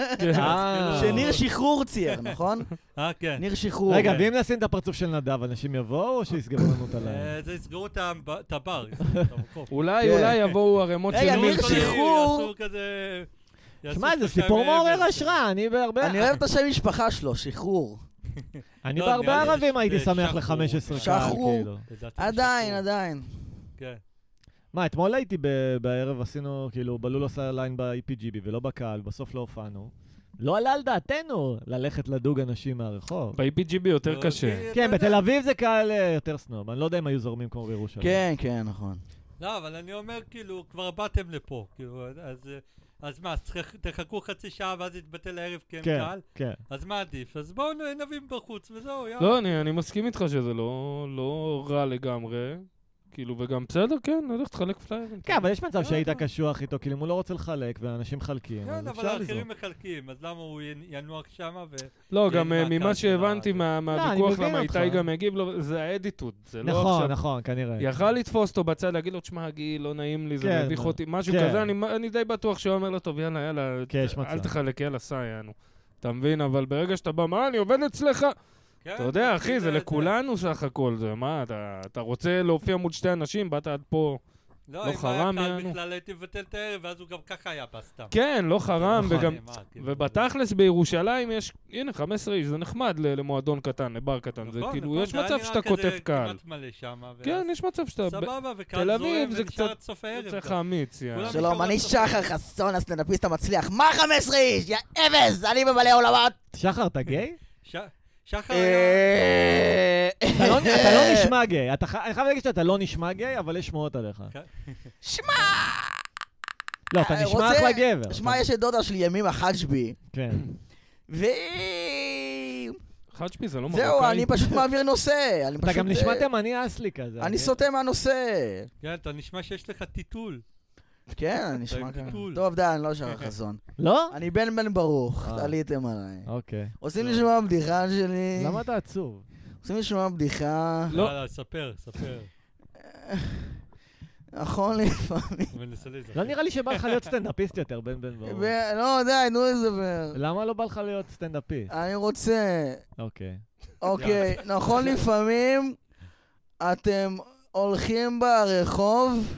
שניר שחרור צייר, נכון? אה, כן. ניר שחרור. רגע, ואם נשים את הפרצוף של נדב, אנשים יבואו או שיסגרו לנו את הליין? זה יסגרו את הבר. אולי, אולי יבואו הרמות של ניר שחרור. שמע, זה סיפור מעורר השראה, אני בהרבה... אני אוהב את השם משפחה שלו, שחרור. אני בהרבה ערבים הייתי שמח ל-חמש עשרה קהל. שחרור. עדיין, עדיין. כן. מה, אתמול הייתי בערב, עשינו, כאילו, בלול עושה ליין ב-אי פי ג'י בי ולא בקהל, בסוף לא הופענו. לא עלה על דעתנו ללכת לדוג אנשים מהרחוב. ב-אי פי ג'י בי יותר קשה. כן, בתל אביב זה קהל יותר סנוב. אני לא יודע אם היו זורמים כמו בירושלים. כן, כן, נכון. לא, אבל אני אומר, כאילו, כבר באתם לפה, כאילו, אז... אז מה, תחכו חצי שעה ואז יתבטל הערב כי הם קהל? כן. אז מה עדיף? אז בואו נבים בחוץ וזהו, יאללה. לא, אני מסכים איתך שזה לא רע לגמרי. כאילו, וגם בסדר, כן, הולך תחלק פליירים. כן, אבל יש מצב שהיית קשוח איתו, כאילו, הוא לא רוצה לחלק, ואנשים מחלקים, כן, אבל האחרים מחלקים, אז למה הוא ינוח שמה ו... לא, גם ממה שהבנתי מהוויכוח, למה איתי גם הגיב לו, זה האדיטוד. נכון, נכון, כנראה. יכל לתפוס אותו בצד, להגיד לו, תשמע, גיל, לא נעים לי, זה מביך אותי, משהו כזה, אני די בטוח שהוא אומר לו, טוב, יאללה, יאללה, אל תחלק, יאללה, סע, יענו. אתה מבין, אבל ברגע שאתה בא, מה, אני עובד אצלך? אתה יודע, אחי, זה לכולנו סך הכל, זה מה, אתה רוצה להופיע מול שתי אנשים, באת עד פה, לא חרם, לא, אם היה קל בכלל הייתי מבטל את הערב, ואז הוא גם ככה היה בסתם. כן, לא חרם, וגם, ובתכלס בירושלים יש, הנה, חמש עשרה איש, זה נחמד למועדון קטן, לבר קטן, זה כאילו, יש מצב שאתה כותב קהל. כן, יש מצב שאתה, תל אביב זה קצת, צריך אמיץ, יאללה. שלום, אני שחר חסון, הסטנדאפיסט המצליח, מה חמש עשרה איש? יא אבס, אני ממלא עולמות. שחר, אתה גיי? שחר... אתה לא נשמע גיי. אני חייב להגיד שאתה לא נשמע גיי, אבל יש שמועות עליך. שמע! לא, אתה נשמע אחלה גבר. שמע, יש את דודה שלי, ימימה חג'בי. כן. ו... חג'בי זה לא מרוקאי. זהו, אני פשוט מעביר נושא. אתה גם נשמע תימני אסלי כזה. אני סוטה מהנושא. כן, אתה נשמע שיש לך טיטול. כן, אני נשמע ככה. טוב, די, אני לא שר החזון. לא? אני בן בן ברוך, תעליתם עליי. אוקיי. עושים לי לשמוע בדיחה שלי. למה אתה עצוב? עושים לי לשמוע בדיחה. לא, ספר, ספר. נכון לפעמים. לא נראה לי שבא לך להיות סטנדאפיסט יותר, בן בן ברוך. לא, די, נו לדבר. למה לא בא לך להיות סטנדאפיסט? אני רוצה. אוקיי. אוקיי, נכון לפעמים אתם הולכים ברחוב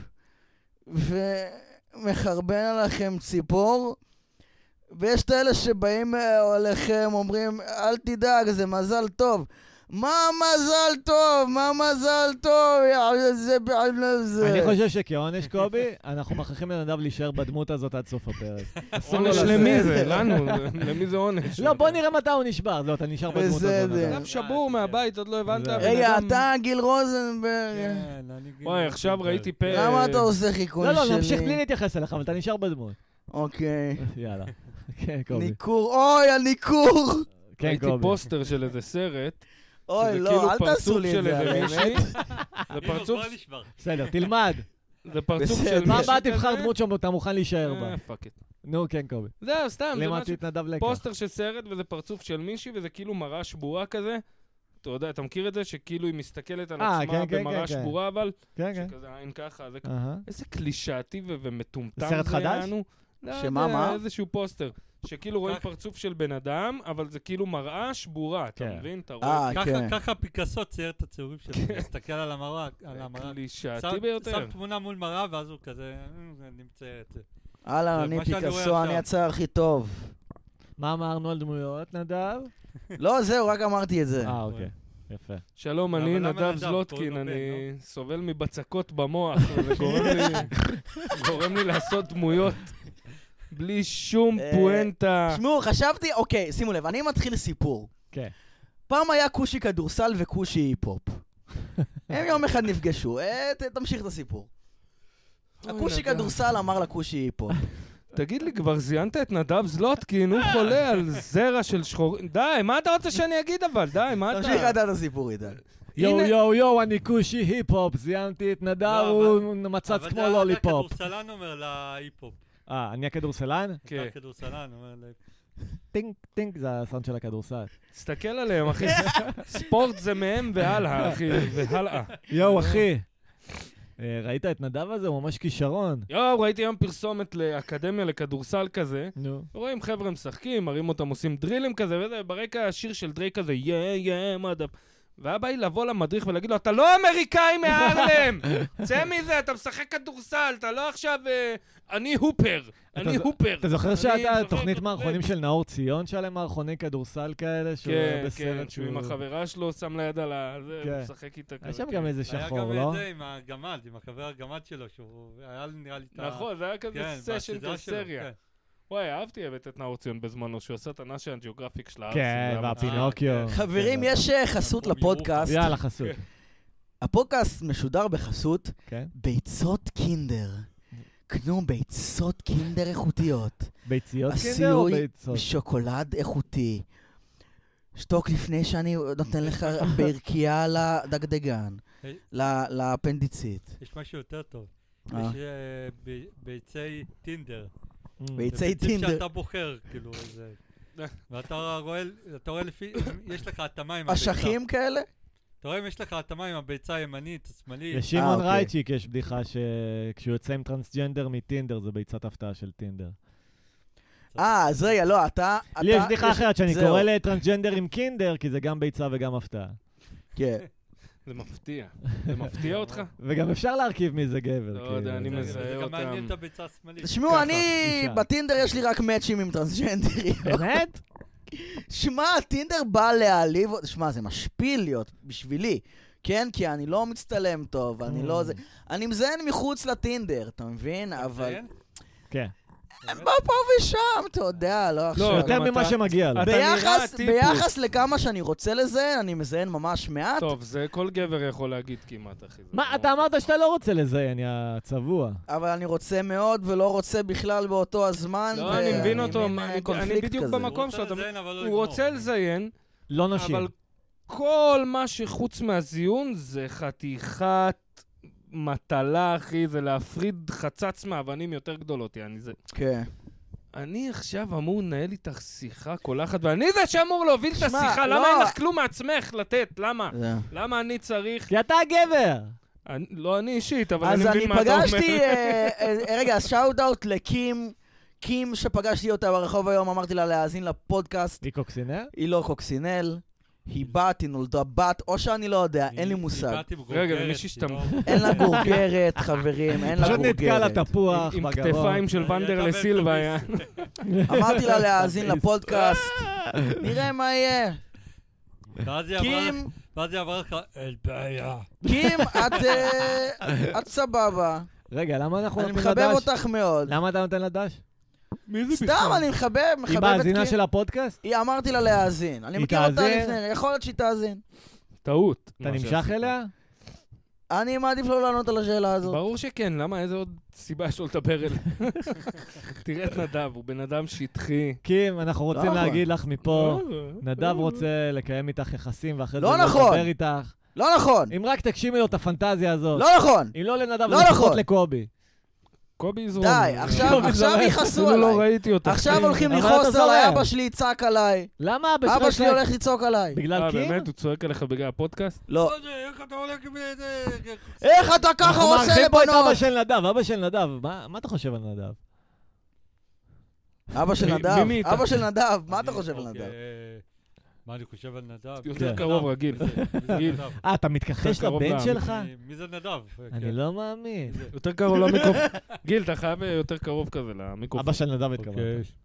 ומחרבן עליכם ציפור, ויש את אלה שבאים עליכם, אומרים, אל תדאג, זה מזל טוב. מה מזל טוב? מה מזל טוב? זה זה. אני חושב שכעונש, קובי, אנחנו מכריחים לנדב להישאר בדמות הזאת עד סוף הפרק. עונש למי זה? לנו? למי זה עונש? לא, בוא נראה מתי הוא נשבר. לא, אתה נשאר בדמות הזאת. נדב שבור מהבית, עוד לא הבנת. רגע, אתה גיל רוזנברג. וואי, עכשיו ראיתי פרק. למה אתה עושה חיקוי שלי? לא, לא, נמשיך בלי להתייחס אליך, אבל אתה נשאר בדמות. אוקיי. יאללה. כן, קובי. ניקור, אוי, הניקור! ראיתי פוסטר של איזה סרט. אוי, לא, אל תעשו לי את זה, באמת. זה פרצוף... בסדר, תלמד. זה פרצוף של מישהי מה הבא תבחר דמות שאתה מוכן להישאר בה? אה, פאק איט. נו, כן, קובי. זהו, סתם. לימדתי את נדב לקח. פוסטר של סרט וזה פרצוף של מישהי וזה כאילו מראה שבורה כזה. אתה יודע, אתה מכיר את זה? שכאילו היא מסתכלת על עצמה במראה שבורה, אבל... כן, כן. שכזה עין ככה. איזה קלישאתי ומטומטם זה. סרט חדש? שמה, מה? איזשהו פוסטר. שכאילו רואים פרצוף של בן אדם, אבל זה כאילו מראה שבורה, אתה מבין? אתה רואה? ככה פיקאסו צייר את הציורים שלו, מסתכל על המראה. קלישאתי ביותר. שם תמונה מול מראה, ואז הוא כזה, נמצא את זה. הלאה, אני פיקאסו, אני הצער הכי טוב. מה אמרנו על דמויות, נדב? לא, זהו, רק אמרתי את זה. אה, אוקיי. יפה. שלום, אני נדב זלוטקין, אני סובל מבצקות במוח, וזה גורם לי לעשות דמויות. בלי שום פואנטה. שמעו, חשבתי, אוקיי, שימו לב, אני מתחיל סיפור. כן. פעם היה קושי כדורסל וקושי היפ-הופ. הם יום אחד נפגשו, תמשיך את הסיפור. הקושי כדורסל אמר לקושי היפ-הופ. תגיד לי, כבר זיינת את נדב זלוטקין, הוא חולה על זרע של שחורים. די, מה אתה רוצה שאני אגיד אבל? די, מה אתה... תמשיך את הסיפור, איתן. יו יו יו, אני קושי היפ-הופ, זיינתי את נדב, הוא מצץ כמו לוליפופ. אבל זה הכדורסלן אומר להיפ-הופ. אה, אני הכדורסלן? כן. אתה הכדורסלן אומר להיפ-הופ. טינק, טינק, זה הסאונד של הכדורסל. תסתכל עליהם, אחי. ספורט זה מהם והלאה, אחי, והלאה. יו, אחי. ראית את נדב הזה? הוא ממש כישרון. יו, ראיתי היום פרסומת לאקדמיה לכדורסל כזה. נו. רואים חבר'ה משחקים, מראים אותם, עושים דרילים כזה, וזה ברקע השיר של דרייק כזה, יא, יא, מדב. והיה בא לי לבוא למדריך ולהגיד לו, אתה לא אמריקאי מהרלם! צא מזה, אתה משחק כדורסל, אתה לא עכשיו... אני הופר, אני הופר. אתה זוכר שאתה תוכנית מערכונים של נאור ציון, שהיה להם מערכוני כדורסל כאלה? כן, כן, שהוא עם החברה שלו שם ליד על ה... זה, הוא משחק איתה כזה. היה שם גם איזה שחור, לא? היה גם את זה עם הגמד, עם החבר הגמד שלו, שהוא היה נראה לי... נכון, זה היה כזה סשן של סריה. וואי, אהבתי הבאת את נאור ציון בזמנו, שהוא עשה את הנאשן ג'יאוגרפיק של הארץ. כן, והפינוקיו. חברים, יש חסות לפודקאסט. יאללה, חסות. הפודקאסט משודר בחסות ביצות קינדר. קנו ביצות קינדר איכותיות. ביציות קינדר או ביצות? עשוי בשוקולד איכותי. שתוק לפני שאני נותן לך בערקייה לדגדגן, לאפנדיצית. יש משהו יותר טוב. יש ביצי טינדר. ביצי טינדר. שאתה בוחר, כאילו, איזה... ואתה רואה לפי... יש לך התאמה עם הביצה. אשכים כאלה? אתה רואה אם יש לך התאמה עם הביצה הימנית, השמאלית. לשמעון רייצ'יק יש בדיחה שכשהוא יוצא עם טרנסג'נדר מטינדר, זה ביצת הפתעה של טינדר. אה, אז רגע, לא, אתה... לי יש בדיחה אחרת שאני קורא לטרנסג'נדר עם קינדר, כי זה גם ביצה וגם הפתעה. כן. זה מפתיע. זה מפתיע אותך? וגם אפשר להרכיב מזה גבר. לא יודע, אני מזהה אותם. זה גם מעניין את הביצה השמאלית. תשמעו, אני... בטינדר יש לי רק מאצ'ים עם טרנסג'נדרים. באמת? שמע, טינדר בא להעליב... שמע, זה משפיל להיות בשבילי. כן, כי אני לא מצטלם טוב, אני לא זה... אני מזיין מחוץ לטינדר, אתה מבין? אבל... כן. בא פה ושם, אתה יודע, לא עכשיו. לא, יותר ממה שמגיע לו. ביחס לכמה שאני רוצה לזיין, אני מזיין ממש מעט. טוב, זה כל גבר יכול להגיד כמעט, אחי. מה, אתה אמרת שאתה לא רוצה לזיין, יא צבוע. אבל אני רוצה מאוד ולא רוצה בכלל באותו הזמן. לא, אני מבין אותו, אני בדיוק במקום שלו. הוא רוצה לזיין, לא נושים. אבל כל מה שחוץ מהזיון זה חתיכת מטלה, אחי, זה להפריד חצץ מאבנים יותר גדולות, יעני זה. כן. אני עכשיו אמור לנהל איתך שיחה כל אחת, ואני זה שאמור להוביל את השיחה, למה אין לך כלום מעצמך לתת? למה? למה אני צריך... כי אתה גבר! לא אני אישית, אבל אני מבין מה אתה אומר. אז אני פגשתי... רגע, שאוט אאוט לקים, קים שפגשתי אותה ברחוב היום, אמרתי לה להאזין לפודקאסט. היא קוקסינל? היא לא קוקסינל. היא בת, היא נולדה בת, או שאני לא יודע, אין לי מושג. רגע, למישהי שאתה... אין לה גורגרת, חברים, אין לה גורגרת. פשוט נתקע לה תפוח עם בגרון. כתפיים של ונדר לסילבה, היה. אמרתי לה להאזין לפודקאסט, נראה מה יהיה. קים... ואז היא אמרה לך, אין בעיה. קים, את סבבה. רגע, למה אנחנו אני נותנים לדש? מחבב אותך מאוד. למה אתה נותן לדש? מי זה סתם, אני מחבב, מחבב את קים. היא בהאזינה של הפודקאסט? היא אמרתי לה להאזין. אני מכיר אותה לפני, יכול להיות שהיא תאזין. טעות. אתה נמשך אליה? אני מעדיף לא לענות על השאלה הזאת. ברור שכן, למה? איזה עוד סיבה יש לו לדבר אליה? תראה את נדב, הוא בן אדם שטחי. קים, אנחנו רוצים להגיד לך מפה, נדב רוצה לקיים איתך יחסים ואחרי זה לדבר איתך. לא נכון. אם רק תגשימי לו את הפנטזיה הזאת. לא נכון. אם לא לנדב, לא נכון. לקובי. קובי יזרום. די, עכשיו יכעסו עליי. לא ראיתי אותך. עכשיו הולכים לכעוס עליי, אבא שלי יצעק עליי. למה אבא שלך? אבא שלי הולך לצעוק עליי. בגלל קים? באמת, הוא צועק עליך בגלל הפודקאסט? לא. איך אתה הולך בזה? איך אתה ככה עושה לבנות? אנחנו מארחים פה את אבא של נדב, אבא של נדב. מה אתה חושב על נדב? אבא של נדב, אבא של נדב, מה אתה חושב על נדב? מה אני חושב על נדב? יותר קרוב רגיל. אה, אתה מתכחש לבן שלך? מי זה נדב? אני לא מאמין. יותר קרוב למיקרופון. גיל, אתה חייב יותר קרוב כזה למיקרופון. אבא של נדב התכוונת.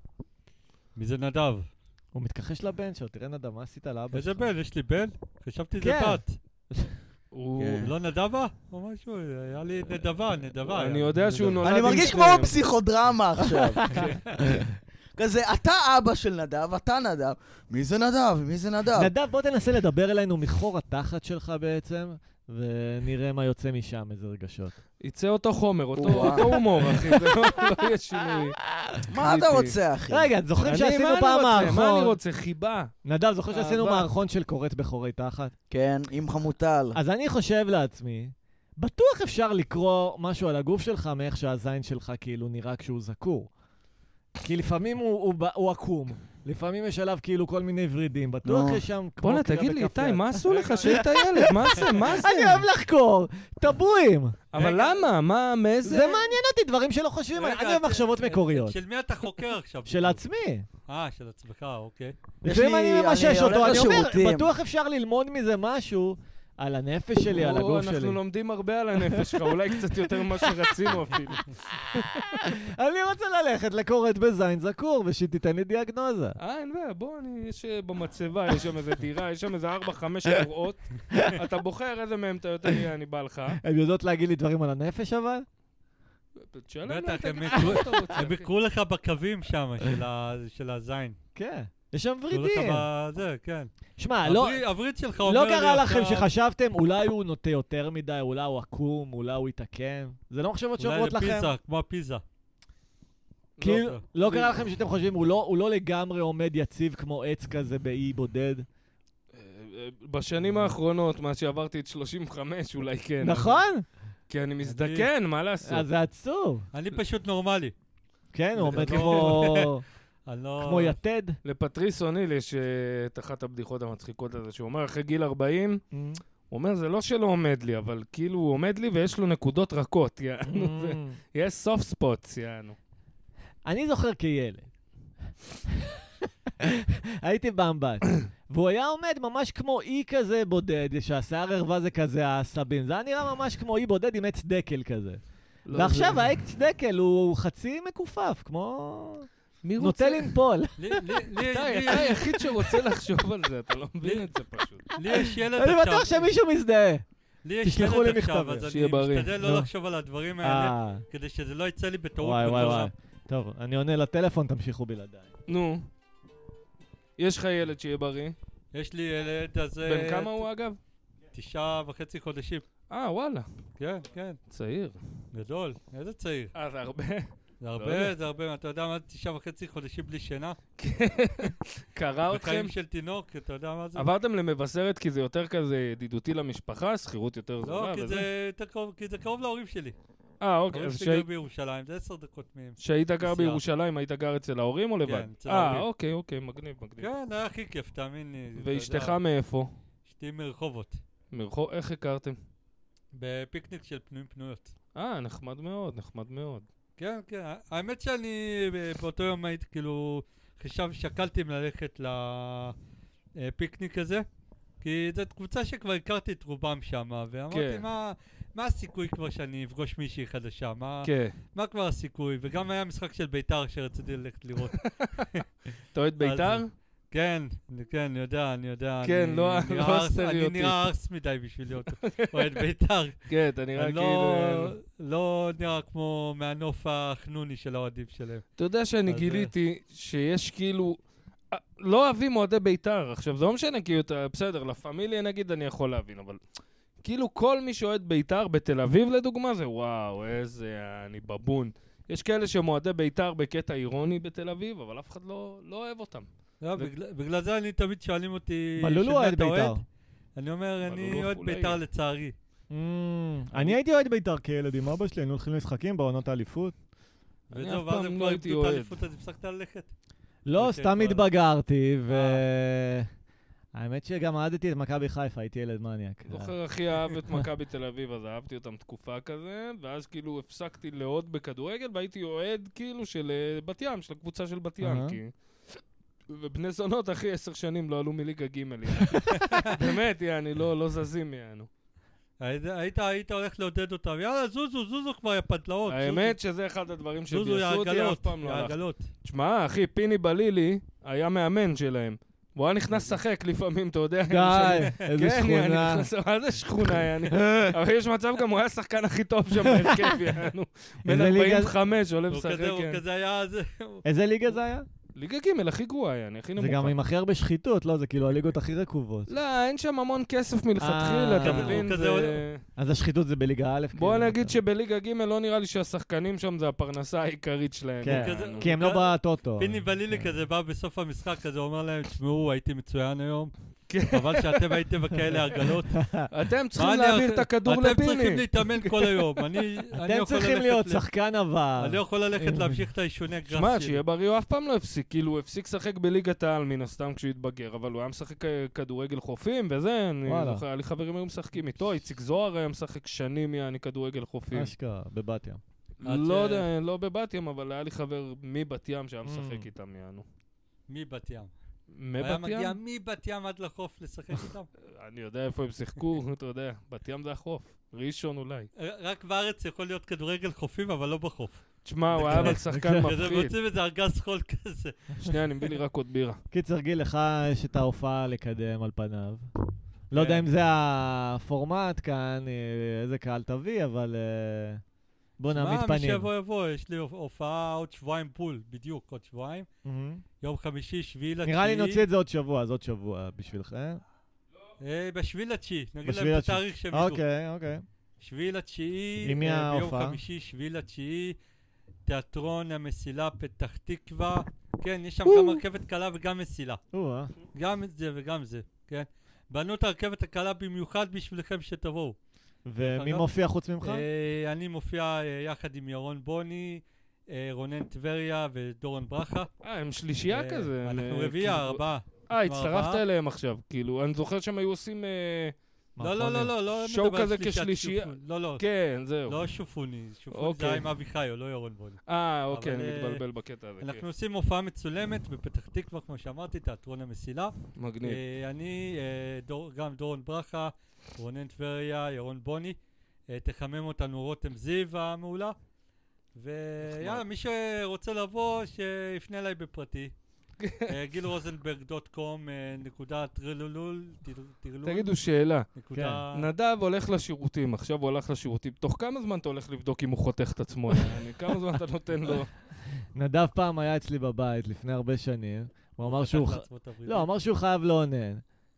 מי זה נדב? הוא מתכחש לבן שלו, תראה נדב, מה עשית לאבא שלך? איזה בן? יש לי בן? חשבתי זה בת. הוא לא נדבה? או משהו, היה לי נדבה, נדבה. אני יודע שהוא נולד עם אני מרגיש כמו פסיכודרמה עכשיו. כזה, אתה אבא של נדב, אתה נדב. מי זה נדב? מי זה נדב? נדב, בוא תנסה לדבר אלינו מחור התחת שלך בעצם, ונראה מה יוצא משם, איזה רגשות. יצא אותו חומר, אותו הומור, אחי, זה לא יהיה שינוי. מה אתה רוצה, אחי? רגע, זוכרים שעשינו פעם מערכון? מה אני רוצה? חיבה. נדב, זוכר שעשינו מערכון של קוראת בחורי תחת? כן, עם חמוטל. אז אני חושב לעצמי, בטוח אפשר לקרוא משהו על הגוף שלך מאיך שהזין שלך כאילו נראה כשהוא זקור. כי לפעמים הוא עקום, לפעמים יש עליו כאילו כל מיני ורידים, בטוח יש שם כמו... בוא'נה, תגיד לי, איתי, מה עשו לך שהיית ילד? מה זה? מה זה? אני אוהב לחקור, טבועים. אבל למה? מה, מאיזה... זה מעניין אותי, דברים שלא חושבים, אני אוהב מחשבות מקוריות. של מי אתה חוקר עכשיו? של עצמי. אה, של עצמך, אוקיי. לפעמים אני ממשש אותו, אני אומר, בטוח אפשר ללמוד מזה משהו על הנפש שלי, על הגוף שלי. אנחנו לומדים הרבה על הנפש שלך, אולי קצת יותר ממה שרצינו אפילו. אני רוצה ללכת לקורת בזין זקור, ושהיא תיתן לי דיאגנוזה. אה, אין בעיה, בוא, יש במצבה, יש שם איזה דירה, יש שם איזה ארבע, חמש קורות. אתה בוחר איזה מהם אתה יותר יהיה, אני בא לך. הם יודעות להגיד לי דברים על הנפש אבל? בטח, הם יקרו לך בקווים שם, של הזין. כן. יש שם ורידים. זה, כן. שמע, לא... הווריד שלך אומר לי... לא קרה לכם שחשבתם, אולי הוא נוטה יותר מדי, אולי הוא עקום, אולי הוא יתעקם. זה לא מחשבות שעוברות לכם. אולי לפיזה, כמו הפיזה. כאילו, לא קרה לכם שאתם חושבים, הוא לא לגמרי עומד יציב כמו עץ כזה באי בודד? בשנים האחרונות, מה שעברתי את שלושים וחמש, אולי כן. נכון? כי אני מזדקן, מה לעשות? אז זה עצוב. אני פשוט נורמלי. כן, הוא עומד כמו... כמו יתד. לפטריס אוניל יש את אחת הבדיחות המצחיקות הזה, שהוא אומר, אחרי גיל ארבעים, הוא אומר, זה לא שלא עומד לי, אבל כאילו הוא עומד לי ויש לו נקודות רכות, יענו. יש סופט ספוטס, יענו. אני זוכר כילד. הייתי באמבט, והוא היה עומד ממש כמו אי כזה בודד, שהשיער ערווה זה כזה העשבים. זה היה נראה ממש כמו אי בודד עם עץ דקל כזה. ועכשיו העץ דקל הוא חצי מקופף, כמו... נוטה לנפול. אתה היחיד שרוצה לחשוב על זה, אתה לא מבין את זה פשוט. לי יש ילד עכשיו. אני בטוח שמישהו מזדהה. לי יש ילד עכשיו, אז אני משתדל לא לחשוב על הדברים האלה, כדי שזה לא יצא לי בטעות. וואי וואי וואי. טוב, אני עונה לטלפון, תמשיכו בלעדיי. נו. יש לך ילד שיהיה בריא? יש לי ילד, אז... בן כמה הוא אגב? תשעה וחצי חודשים. אה, וואלה. כן, כן. צעיר. גדול, איזה צעיר? אה, זה הרבה. זה הרבה, זה הרבה, אתה יודע מה, תשעה וחצי חודשים בלי שינה? קרה אתכם? בחיים של תינוק, אתה יודע מה זה? עברתם למבשרת כי זה יותר כזה ידידותי למשפחה, שכירות יותר זולה וזה? לא, כי זה קרוב להורים שלי. אה, אוקיי. ההורים שלי גר בירושלים, זה עשר דקות מהם. שהיית גר בירושלים, היית גר אצל ההורים או לבד? כן, אצל ההורים. אה, אוקיי, אוקיי, מגניב, מגניב. כן, היה הכי כיף, תאמין לי. ואשתך מאיפה? אשתי מרחובות. מרחוב, איך הכרתם? בפיקניק של פנויים פנויות. אה, נחמד מאוד, נחמד מאוד. כן, כן. האמת שאני באותו יום הייתי כאילו, חשב, שקלתי ללכת לפיקניק הזה, כי זו קבוצה שכבר הכרתי את רובם שם, ואמרתי, מה, מה הסיכוי כבר שאני אפגוש מישהי חדשה? מה, מה כבר הסיכוי? וגם היה משחק של ביתר שרציתי ללכת לראות. אתה אוהד ביתר? כן, כן, אני יודע, אני יודע. כן, לא סטריאוטיפ. אני נראה ארס מדי בשביל להיות אוהד ביתר. כן, אתה נראה כאילו... לא נראה כמו מהנוף החנוני של האוהדים שלהם. אתה יודע שאני גיליתי שיש כאילו... לא אוהבים אוהדי ביתר. עכשיו, זה לא משנה, כי בסדר, לפמיליה נגיד אני יכול להבין, אבל... כאילו כל מי שאוהד ביתר בתל אביב לדוגמה זה וואו, איזה אני בבון. יש כאלה שמועדי ביתר בקטע אירוני בתל אביב, אבל אף אחד לא אוהב אותם. בגלל זה אני תמיד שואלים אותי... מלולו אוהד ביתר. אני אומר, אני אוהד ביתר לצערי. אני הייתי אוהד ביתר כילד עם אבא שלי, היינו הולכים למשחקים בעונות האליפות. וזהו, ואז הם כבר איבדו את האליפות, אז הפסקת ללכת? לא, סתם התבגרתי, והאמת שגם אהדתי את מכבי חיפה, הייתי ילד מניאק. זוכר, הכי אהב את מכבי תל אביב, אז אהבתי אותם תקופה כזה, ואז כאילו הפסקתי לעוד בכדורגל, והייתי אוהד כאילו של בת ים, של הקבוצה של בת ים, כי... ובני זונות, אחי, עשר שנים לא עלו מליגה ג' באמת, יעני, לא זזים יענו. היית הולך לעודד אותם, יאללה, זוזו, זוזו כבר הפדלאות. האמת שזה אחד הדברים שביאסו אותי, אף פעם לא הלך. תשמע, אחי, פיני בלילי היה מאמן שלהם. והוא היה נכנס לשחק לפעמים, אתה יודע. די, איזה שכונה. מה זה שכונה, יעני? אבל יש מצב גם, הוא היה השחקן הכי טוב שם בהרכב, יענו. בן ארבעים וחמש, עולה לשחק. הוא כזה היה... איזה ליגה זה היה? ליגה ג' הכי גרועה, יעני, הכי נמוכה. זה גם עם הכי הרבה שחיתות, לא? זה כאילו הליגות הכי רקובות. לא, אין שם המון כסף מלכתחילה, אתה מבין? אז השחיתות זה בליגה א'? בוא נגיד שבליגה ג' לא נראה לי שהשחקנים שם זה הפרנסה העיקרית שלהם. כן, כי הם לא בטוטו. פיני בלילי כזה בא בסוף המשחק כזה, הוא אומר להם, תשמעו, הייתי מצוין היום. אבל שאתם הייתם בכאלה הרגלות. אתם צריכים להעביר את הכדור לפיני. אתם צריכים להתאמן כל היום. אתם צריכים להיות שחקן עבר. אני יכול ללכת להמשיך את האישוני גרס שלי. שמע, שיהיה בריא, הוא אף פעם לא הפסיק. כאילו, הוא הפסיק לשחק בליגת העל מן הסתם כשהוא התבגר, אבל הוא היה משחק כדורגל חופים, וזה, אני זוכר, היה לי חברים היו משחקים איתו, איציק זוהר היה משחק שנים, יעני כדורגל חופים. אשכרה, בבת ים. לא יודע, לא בבת ים, אבל היה לי חבר מבת ים שהיה משחק איתם, יענו. מבת ים. היה מגיע מבת ים עד לחוף לשחק איתם? אני יודע איפה הם שיחקו, אתה יודע, בת ים זה החוף, ראשון אולי. רק בארץ יכול להיות כדורגל חופים, אבל לא בחוף. תשמע, הוא היה אבל שחקן מפחיד. מוצאים איזה ארגז חול כזה. שנייה, אני מביא לי רק עוד בירה. קיצר גיל, לך יש את ההופעה לקדם על פניו. לא יודע אם זה הפורמט כאן, איזה קהל תביא, אבל בוא נעמיד פנים. מה, מי שיבוא יבוא, יש לי הופעה עוד שבועיים פול, בדיוק, עוד שבועיים. יום חמישי, שביעי לתשיעי. נראה לי נוציא את זה עוד שבוע, אז עוד שבוע בשבילכם. בשביעי לתשיעי, נגיד להם את התאריך שהם יזו. אוקיי, אוקיי. שביעי לתשיעי, עם מי ההופעה? ביום חמישי, שביעי לתשיעי, תיאטרון המסילה פתח תקווה. כן, יש שם גם הרכבת קלה וגם מסילה. גם את זה וגם זה, כן. בנו את הרכבת הקלה במיוחד בשבילכם שתבואו. ומי מופיע חוץ ממך? אני מופיע יחד עם ירון בוני, רונן טבריה ודורון ברכה. אה, הם שלישייה כזה. אנחנו רביעייה, ארבעה. אה, הצטרפת אליהם עכשיו, כאילו, אני זוכר שהם היו עושים... לא, לא, לא, לא, לא. שואו כזה כשלישייה. לא, לא. כן, זהו. לא שופוני, שופוני זה היה עם אבי חיו, לא ירון בוני. אה, אוקיי, אני מתבלבל בקטע הזה. אנחנו עושים הופעה מצולמת בפתח תקווה, כמו שאמרתי, תיאטרון המסילה. מגניב. אני, גם דורון ברכה, רונן טבריה, ירון בוני. תחמם אותנו רותם זיו המעולה. ויאללה, מי שרוצה לבוא, שיפנה אליי בפרטי. גיל רוזנברג דוט קום נקודה טרלולול. תגידו שאלה. נדב הולך לשירותים, עכשיו הוא הולך לשירותים. תוך כמה זמן אתה הולך לבדוק אם הוא חותך את עצמו? כמה זמן אתה נותן לו? נדב פעם היה אצלי בבית לפני הרבה שנים. הוא אמר שהוא... לא, אמר שהוא חייב לאונן.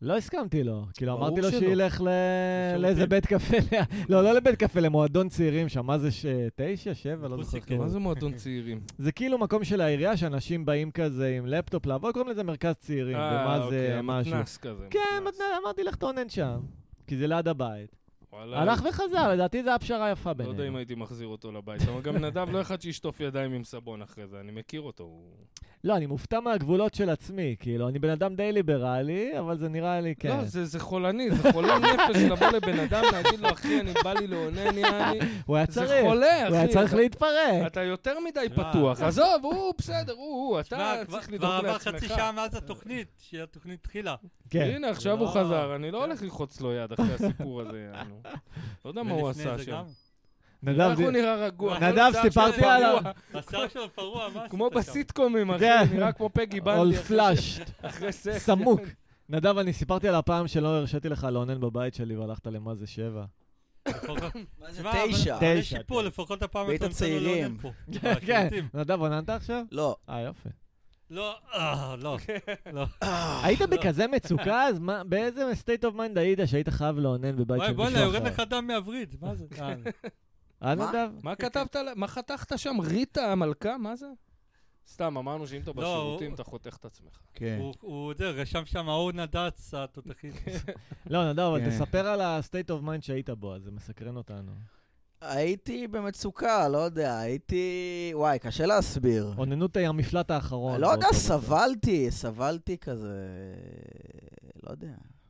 לא הסכמתי לו. כאילו, אמרתי לו שילך לאיזה בית קפה, לא, לא לבית קפה, למועדון צעירים שם. מה זה, תשע, שבע, לא זוכר. מה זה מועדון צעירים? זה כאילו מקום של העירייה, שאנשים באים כזה עם לפטופ לעבוד, קוראים לזה מרכז צעירים. אה, אוקיי, מתנס כזה. כן, אמרתי לך תאונן שם, כי זה ליד הבית. הלך וחזר, לדעתי זה הפשרה יפה בינינו. לא יודע אם הייתי מחזיר אותו לבית, אבל גם נדב לא אחד שישטוף ידיים עם סבון אחרי זה, אני מכיר אותו. לא, אני מופתע מהגבולות של עצמי, כאילו, אני בן אדם די ליברלי, אבל זה נראה לי, כן. לא, זה חולני, זה חולה נפש לבוא לבן אדם, להגיד לו, אחי, אני בא לי לעונן, יעני. הוא היה צריך, זה חולה, אחי. הוא היה צריך להתפרק. אתה יותר מדי פתוח, עזוב, הוא בסדר, הוא, אתה צריך לדאוג לעצמך. כבר עבר חצי שעה מאז התוכנית, שהתוכנית התחילה. הנה, עכשיו הוא חזר, אני לא הולך ללחוץ לו יד אחרי הסיפור הזה, יענו. לא יודע מה הוא עשה שם. נדב, איך הוא נראה רגוע. נדב, סיפרתי עליו. השיער שלו פרוע, מה עשית שם? כמו בסיטקומים, אחי, נראה כמו פגי בנדי. אול פלאשט. אחרי סקס. סמוק. נדב, אני סיפרתי על הפעם שלא הרשיתי לך לעונן בבית שלי והלכת למה זה שבע. מה זה תשע? תשע. יש שיפור, לפחות הפעם בית הצעירים. כן. נדב, עוננת עכשיו? לא. אה, יופי. לא, לא, לא. היית בכזה מצוקה? אז באיזה state of mind היית שהיית חייב לעונן בבית של מישהו אחר? בוא'נה, יורד לך דם מהווריד, מה זה? אה, נדב? מה כתבת? מה חתכת שם? ריטה המלכה? מה זה? סתם, אמרנו שאם אתה בשירותים אתה חותך את עצמך. כן. הוא יודע, רשם שם האור נדץ, התותחית. לא, נדב, אבל תספר על ה-state of mind שהיית בו, אז זה מסקרן אותנו. הייתי במצוקה, לא יודע, הייתי... וואי, קשה להסביר. עוננות היא המפלט האחרון. לא יודע, סבלתי, סבלתי כזה... לא יודע.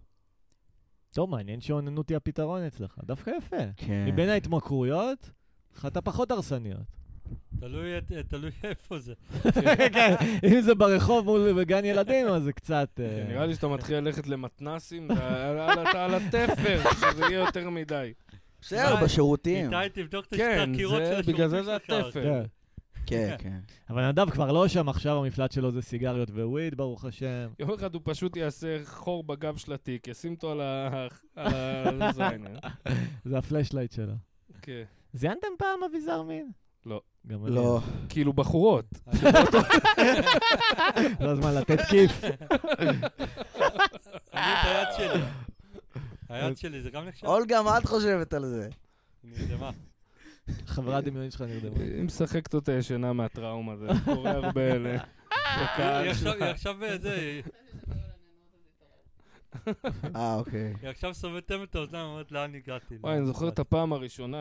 טוב, מעניין שעוננות היא הפתרון אצלך. דווקא יפה. כן. מבין ההתמכרויות, אחת הפחות הרסניות. תלוי איפה זה. כן, אם זה ברחוב מול בגן ילדים, אז זה קצת... נראה לי שאתה מתחיל ללכת למתנסים, אתה על התפר, שזה יהיה יותר מדי. בסדר, בשירותים. איתי, תבדוק את הקירות של השירותים שלך. בגלל זה זה התפר. כן, כן. אבל נדב כבר לא שם, עכשיו המפלט שלו זה סיגריות וויד, ברוך השם. יום אחד הוא פשוט יעשה חור בגב של התיק, ישים אותו על הזיינר. זה הפלשלייט שלו. כן. זיינתם פעם אביזר מין? לא. לא. כאילו בחורות. לא הזמן לתת כיף. אני את היד שלי. היד שלי, זה גם נחשב? אולגה, מה את חושבת על זה? נרדמה. חברה דמיונית שלך נרדמה. היא משחקת אותה ישנה מהטראומה, זה קורה הרבה לקהל. היא עכשיו זה... אה, אוקיי. היא עכשיו סובתם את האוזניים, אומרת לאן הגעתי. וואי, אני זוכר את הפעם הראשונה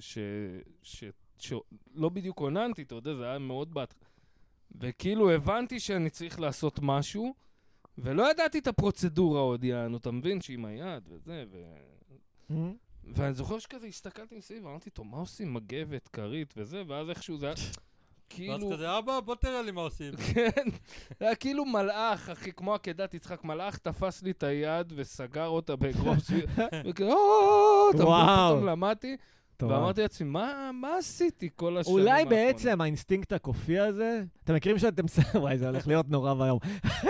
שלא בדיוק עוננתי, אתה יודע, זה היה מאוד בת... וכאילו הבנתי שאני צריך לעשות משהו, ולא ידעתי את הפרוצדורה עוד, יענו, אתה מבין שעם היד וזה, ו... ואני זוכר שכזה הסתכלתי מסביב, אמרתי, טוב, מה עושים? מגבת, קרית וזה, ואז איכשהו זה היה... כאילו... ואז כזה, אבא, בוא תראה לי מה עושים. כן, זה היה כאילו מלאך, אחי, כמו עקדת יצחק, מלאך תפס לי את היד וסגר אותה באגרוף סביב, וכאילו, פתאום למדתי, ואמרתי לעצמי, מה עשיתי כל השנים האחרונות? אולי בעצם האינסטינקט הקופי הזה, אתם מכירים שאתם... וואי, זה הולך להיות נורא והיום.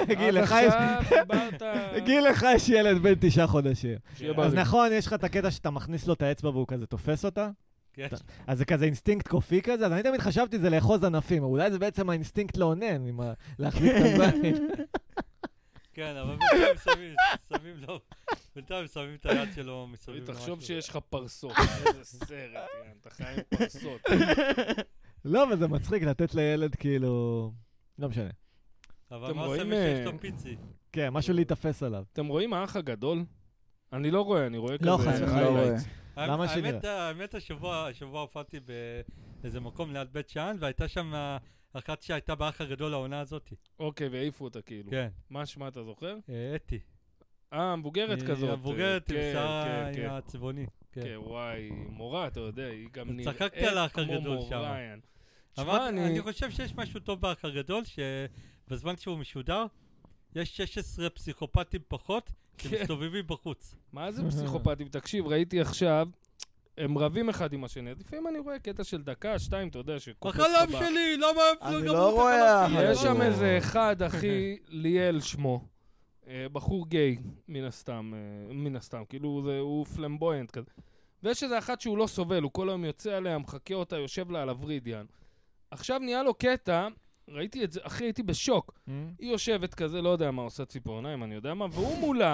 גיל לך יש ילד בן תשעה חודשים. אז נכון, יש לך את הקטע שאתה מכניס לו את האצבע והוא כזה תופס אותה? אז זה כזה אינסטינקט קופי כזה, אז אני תמיד חשבתי זה לאחוז ענפים, אולי זה בעצם האינסטינקט לעונן, להחליק את הזין. כן, אבל בינתיים שמים, שמים לו, בינתיים שמים את היד שלו מסביב. תחשוב שיש לך פרסות, איזה סרט, אתה חי עם פרסות. לא, אבל זה מצחיק לתת לילד כאילו... לא משנה. אבל מה עושה מי שיש לו פיצי? כן, משהו להתאפס עליו. אתם רואים האח הגדול? אני לא רואה, אני רואה כזה... לא, חס וחלילה. למה שנראה? האמת, השבוע הופעתי באיזה מקום ליד בית שאן, והייתה שם אחת שהייתה באח הגדול העונה הזאת. אוקיי, והעיפו אותה כאילו. כן. מה שמה אתה זוכר? אתי. אה, מבוגרת כזאת. מבוגרת עם שיער הצבעוני. כן, וואי, מורה, אתה יודע, היא גם נראית צחקתי על האח הגדול שם. אני חושב שיש משהו טוב באח הגדול, שבזמן שהוא משודר, יש שש עשרה פסיכופטים פחות, שמסתובבים בחוץ. מה זה פסיכופטים? תקשיב, ראיתי עכשיו, הם רבים אחד עם השני. לפעמים אני רואה קטע של דקה, שתיים, אתה יודע, שקופץ לך... החלב שלי, למה... אני לא רואה... יש שם איזה אחד, אחי, ליאל שמו. בחור גיי, מן הסתם, מן הסתם, כאילו הוא פלמבויינט כזה. ויש איזה אחד שהוא לא סובל, הוא כל היום יוצא עליה, מחכה אותה, יושב לה על הוורידיאן. עכשיו נהיה לו קטע, ראיתי את זה, אחי, הייתי בשוק. היא יושבת כזה, לא יודע מה, עושה ציפורניים, אני יודע מה, והוא מולה,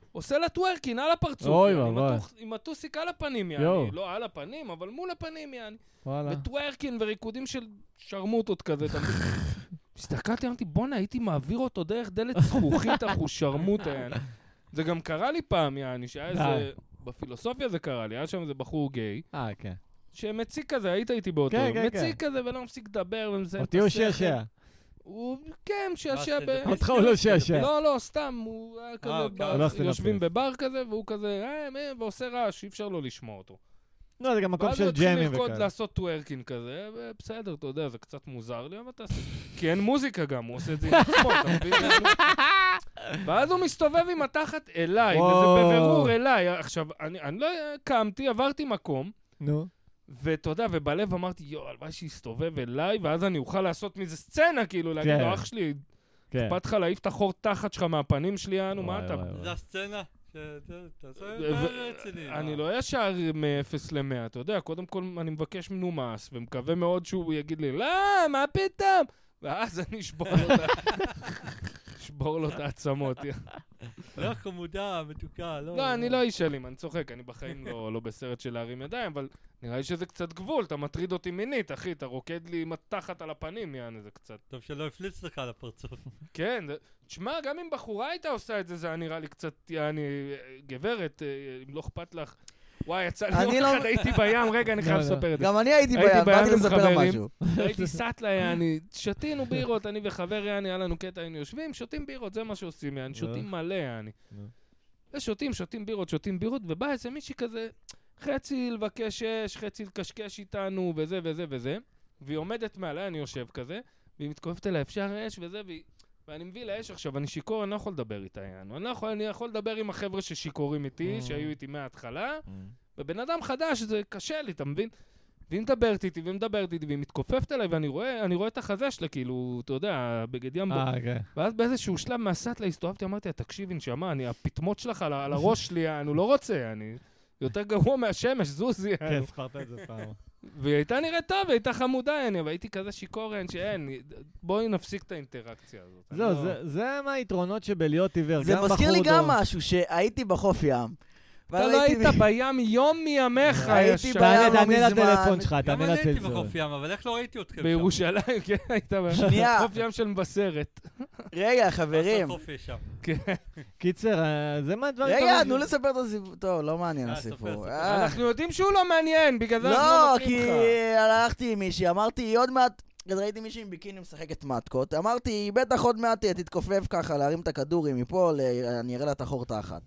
עושה לה טוורקין על הפרצוף. אוי ואבוי. עם הטוסיק על הפנים, יעני. לא על הפנים, אבל מול הפנים, יעני. וטוורקין וריקודים של שרמוטות כזה. הסתכלתי, אמרתי, בונה, הייתי מעביר אותו דרך דלת זכוכית אחוז שרמוטה, יעני. זה גם קרה לי פעם, יעני, שהיה איזה... בפילוסופיה זה קרה לי, היה שם איזה בחור גיי. אה, כן. שמציג כזה, היית איתי באותו יום. מציג כזה ולא מפסיק לדבר ומזיין את השכל. אותי הוא שעשע. הוא, כן, שעשע ב... אותך הוא לא שעשע. לא, לא, סתם, הוא היה כזה, יושבים בבר כזה, והוא כזה, אה, ועושה רעש, אי אפשר לא לשמוע אותו. לא, זה גם מקום של ג'יימים וכאלה. ואז הוא התחיל לעשות טוורקין כזה, ובסדר, אתה יודע, זה קצת מוזר לי, אבל תעשה. כי אין מוזיקה גם, הוא עושה את זה עם עצמו, אתה מבין? ואז הוא מסתובב עם התחת אליי, וזה בבירור אליי. עכשיו, אני לא קמתי, עברתי מקום, נו. ואתה יודע, ובלב אמרתי, יו, הלוואי שיסתובב אליי, ואז אני אוכל לעשות מזה סצנה, כאילו, להגיד לו, אח שלי, אכפת לך להעיף את החור תחת שלך מהפנים שלי, אנו, מה אתה... זה הסצנה. אני לא ישר מ-אפס ל-מאה, אתה יודע, קודם כל אני מבקש מנומס, ומקווה מאוד שהוא יגיד לי, לא, מה פתאום? ואז אני אשבור לו את אשבור לו את העצמות. לא חמודה, מתוקה, לא... לא, אני לא איש אלים, אני צוחק, אני בחיים לא בסרט של להרים ידיים, אבל נראה לי שזה קצת גבול, אתה מטריד אותי מינית, אחי, אתה רוקד לי מתחת על הפנים, יעני, זה קצת... טוב שלא הפליץ לך על הפרצוף. כן, תשמע, גם אם בחורה הייתה עושה את זה, זה היה נראה לי קצת, יעני, גברת, אם לא אכפת לך. וואי, יצא לי יום אחד, הייתי בים, רגע, אני חייב לספר את זה. גם אני הייתי בים, באתי לספר משהו. הייתי סטלה, יעני, שתינו בירות, אני וחבר, יעני, היה לנו קטע, היינו יושבים, שותים בירות, זה מה שעושים, יעני, שותים מלא, יעני. ושותים, שותים בירות, שותים בירות, ובא איזה מישהי כזה, חצי לבקש אש, חצי לקשקש איתנו, וזה וזה וזה, והיא עומדת מעלה, אני יושב כזה, והיא מתכופפת אליי, אפשר אש וזה, ואני מביא לה אש עכשיו, אני שיקור, אני לא יכול לדבר איתה, יענו. אני לא יכול, אני יכול לדבר עם החבר'ה ששיקורים איתי, שהיו איתי מההתחלה, ובן אדם חדש, זה קשה לי, אתה מבין? והיא מדברת איתי, והיא מדברת איתי, והיא מתכופפת אליי, ואני רואה, אני רואה את החזה שלה, כאילו, אתה יודע, בגד ים בו. ואז באיזשהו שלב מהסת לה, הסתובבתי, אמרתי, תקשיב, נשמה, אני, הפתמות שלך על הראש שלי, אני לא רוצה, אני יותר גרוע מהשמש, זוזי. כן, ספרת את זה פעם. והיא הייתה נראית טוב, והיא הייתה חמודה, אבל הייתי כזה שיקורן שאין, בואי נפסיק את האינטראקציה הזאת. זהו, זה מהיתרונות שבלהיות עיוור. זה מזכיר לי גם משהו, שהייתי בחוף ים. אתה לא היית בים יום מימיך. הייתי בים לא מזמן. תענה לטלפון שלך, תענה לצלצול. גם אני הייתי בחוף ים, אבל איך לא ראיתי אתכם שם? בירושלים, כן, היית בחוף ים של מבשרת. רגע, חברים. קיצר, זה מה הדברים... רגע, תנו לספר את הסיפור. טוב, לא מעניין הסיפור. אנחנו יודעים שהוא לא מעניין, בגלל זה אנחנו לא נותנים לך. כי הלכתי עם מישהי, אמרתי, עוד מעט... אז ראיתי מישהי עם ביקיני משחקת מתקות, אמרתי, בטח עוד מעט תתכופף ככה, להרים את הכדורים מפה, אני אראה לה את החור תחת.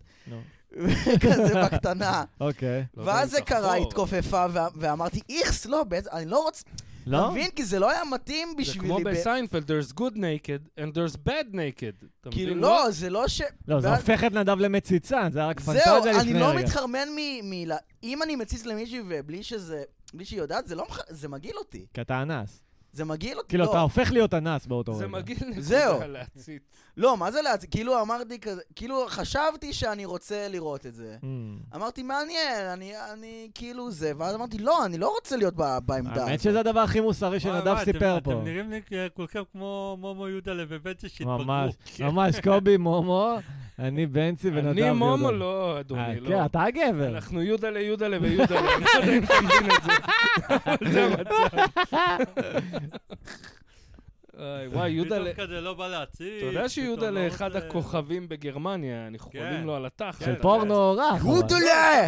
כזה בקטנה. אוקיי. ואז זה קרה, התכופפה, ואמרתי, איכס, לא, אני לא רוצה... לא? אתה מבין? כי זה לא היה מתאים בשבילי. זה כמו בסיינפלד, there's good naked and there's bad naked. כאילו, לא, זה לא ש... לא, זה הופך את נדב למציצה, זה היה רק פנטזיה לפני רגע. זהו, אני לא מתחרמן מ... אם אני מציץ למישהי ובלי שזה... בלי שהיא יודעת, זה מגעיל אותי. כי אתה אנס. זה מגעיל אותי, כאילו, אתה הופך להיות אנס באותו רגע. זה מגעיל נקודה להציץ. לא, מה זה להציץ? כאילו אמרתי כזה, כאילו חשבתי שאני רוצה לראות את זה. אמרתי, מעניין, אני כאילו זה, ואז אמרתי, לא, אני לא רוצה להיות בעמדה. האמת שזה הדבר הכי מוסרי שנדב סיפר פה. אתם נראים לי כולכם כמו מומו יהודה ובנצי שהתפגרו. ממש, ממש, קובי מומו, אני בנצי ונדב יהודה. אני מומו לא, אדוני, לא. כן, אתה הגבר. אנחנו יהודה ליהודה ויהודה, אני לא יודע אם אתה מבין את זה. אבל זה המצב. וואי, יהודה... פתאום כזה לא בא להציץ. אתה יודע שיהודה לאחד הכוכבים בגרמניה, אנחנו חולים לו על התח. של פורנו רך. יהודה!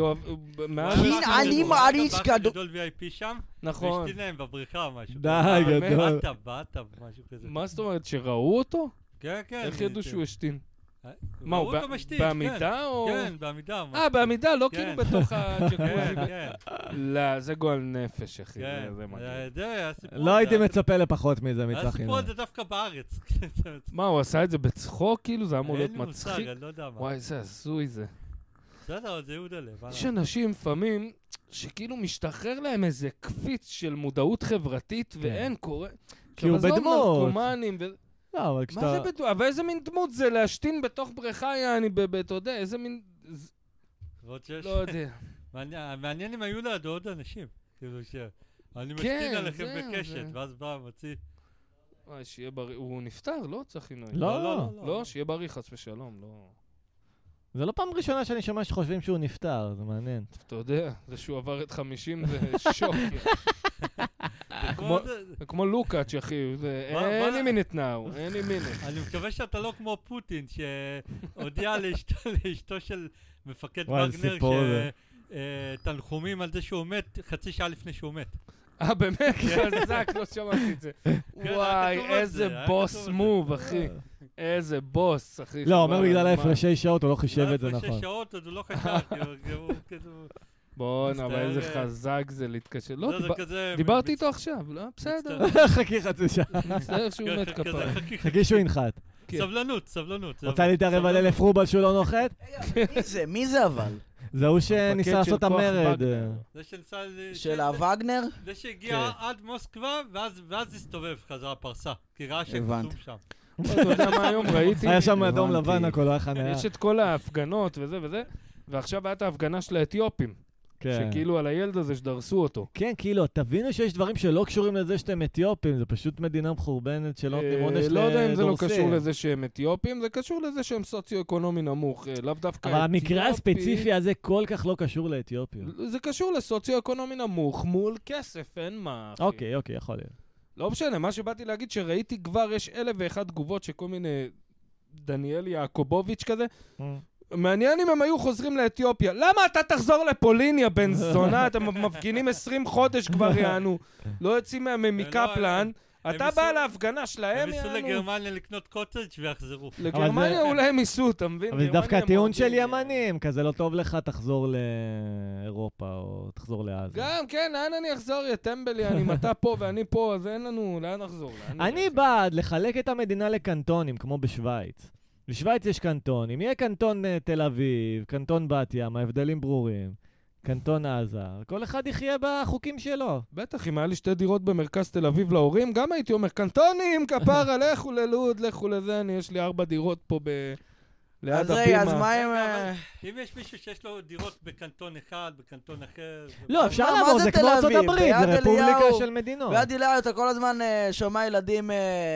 אני מעריץ כדור. גדול וי איי פי שם? נכון. והשתין להם בבריכה או משהו. די, גדול. באת, באת, משהו כזה. מה זאת אומרת, שראו אותו? כן, כן. איך ידעו שהוא השתין? מה, הוא בעמידה או... כן, בעמידה. אה, בעמידה, לא כאילו בתוך הג'קוזי. לא, זה גועל נפש, אחי. זה מדהים. לא הייתי מצפה לפחות מזה מצחי. היה סיפור את זה דווקא בארץ. מה, הוא עשה את זה בצחוק כאילו? זה אמור להיות מצחיק? אין לי מושג, אני לא יודע מה. וואי, זה עזוי זה. בסדר, זה יהודה לב. יש אנשים לפעמים שכאילו משתחרר להם איזה קפיץ של מודעות חברתית ואין קורה. כי הוא בדמות. לא, אבל כשאתה... מה זה בדמות? אבל איזה מין דמות זה להשתין בתוך בריכה, יעני, אתה יודע, איזה מין... לא יודע. מעניין אם היו לידו עוד אנשים. כאילו ש... אני משתין עליכם בקשת, ואז בא, מציא. וואי, שיהיה בריא. הוא נפטר, לא? צחי נוי. לא, לא. לא, שיהיה בריא, חס ושלום, לא. זה לא פעם ראשונה שאני שומע שחושבים שהוא נפטר, זה מעניין. אתה יודע, זה שהוא עבר את חמישים זה שוק. כמו לוקאץ', אחי, אין לי מינט נאו, אין לי מינט. אני מקווה שאתה לא כמו פוטין, שהודיע לאשתו של מפקד וגנר שתנחומים על זה שהוא מת חצי שעה לפני שהוא מת. אה, באמת? חזק, לא שמעתי את זה. וואי, איזה בוס מוב, אחי. איזה בוס, אחי. לא, אומר בגלל ההפרשי שעות, הוא לא חישב את זה נכון. ההפרשי שעות, הוא לא חשב, בוא'נה, אבל איזה חזק זה להתקשר. לא, דיברתי איתו עכשיו, לא? בסדר. חכי חצי שעה. בסדר שהוא מת כפיים. חכי שהוא ינחת. סבלנות, סבלנות. רוצה להתערב על אלף רובל שהוא לא נוחת? מי זה? מי זה אבל? זה הוא שניסה לעשות המרד. של הווגנר? זה שהגיע עד מוסקבה, ואז הסתובב חזרה פרסה. כי ראה שכתוב שם. אתה יודע מה היום ראיתי? היה שם אדום לבן, הכל היה חניה. יש את כל ההפגנות וזה וזה, ועכשיו הייתה ההפגנה של האתיופים. שכאילו על הילד הזה שדרסו אותו. כן, כאילו, תבינו שיש דברים שלא קשורים לזה שאתם אתיופים, זה פשוט מדינה מחורבנת שלא נותנים עונש לדורסים. לא יודע אם זה לא קשור לזה שהם אתיופים, זה קשור לזה שהם סוציו-אקונומי נמוך, לאו דווקא אבל המקרה הספציפי הזה כל כך לא קשור לאתיופים. זה קשור לסוציו-אקונומי נמוך מול כסף, אין מה, אחי. אוקיי, אוקיי, יכול להיות. לא משנה, מה שבאתי להגיד שראיתי כבר, יש אלף ואחת תגובות שכל מיני דניאל יעקובוביץ' כזה, מעניין אם הם היו חוזרים לאתיופיה. למה אתה תחזור לפולין, יא בן זונה? אתם מפגינים עשרים חודש כבר, יענו. לא יוצאים מהם מקפלן. אתה בא להפגנה שלהם, יענו. הם ייסעו לגרמניה לקנות קוטג' ויחזרו. לגרמניה אולי הם ייסעו, אתה מבין? אבל זה דווקא הטיעון של ימנים, כזה לא טוב לך, תחזור לאירופה או תחזור לעזה. גם, כן, לאן אני אחזור, יא טמבלי? אם אתה פה ואני פה, אז אין לנו לאן לחזור. אני בעד לחלק את המדינה לקנטונים, כמו בשוויץ. בשוויץ יש קנטון, אם יהיה קנטון תל אביב, קנטון בת ים, ההבדלים ברורים, קנטון עזה, כל אחד יחיה בחוקים שלו. בטח, אם היה לי שתי דירות במרכז תל אביב להורים, גם הייתי אומר, קנטונים, כפרה, לכו ללוד, לכו לזה, אני יש לי ארבע דירות פה ב... ליד הבימה. אז מה אם... אם יש מישהו שיש לו דירות בקנטון אחד, בקנטון אחר... לא, אפשר לעבור, זה כמו ארצות הברית, זה רפובליקה של מדינות. ביד אליהו אתה כל הזמן שומע ילדים...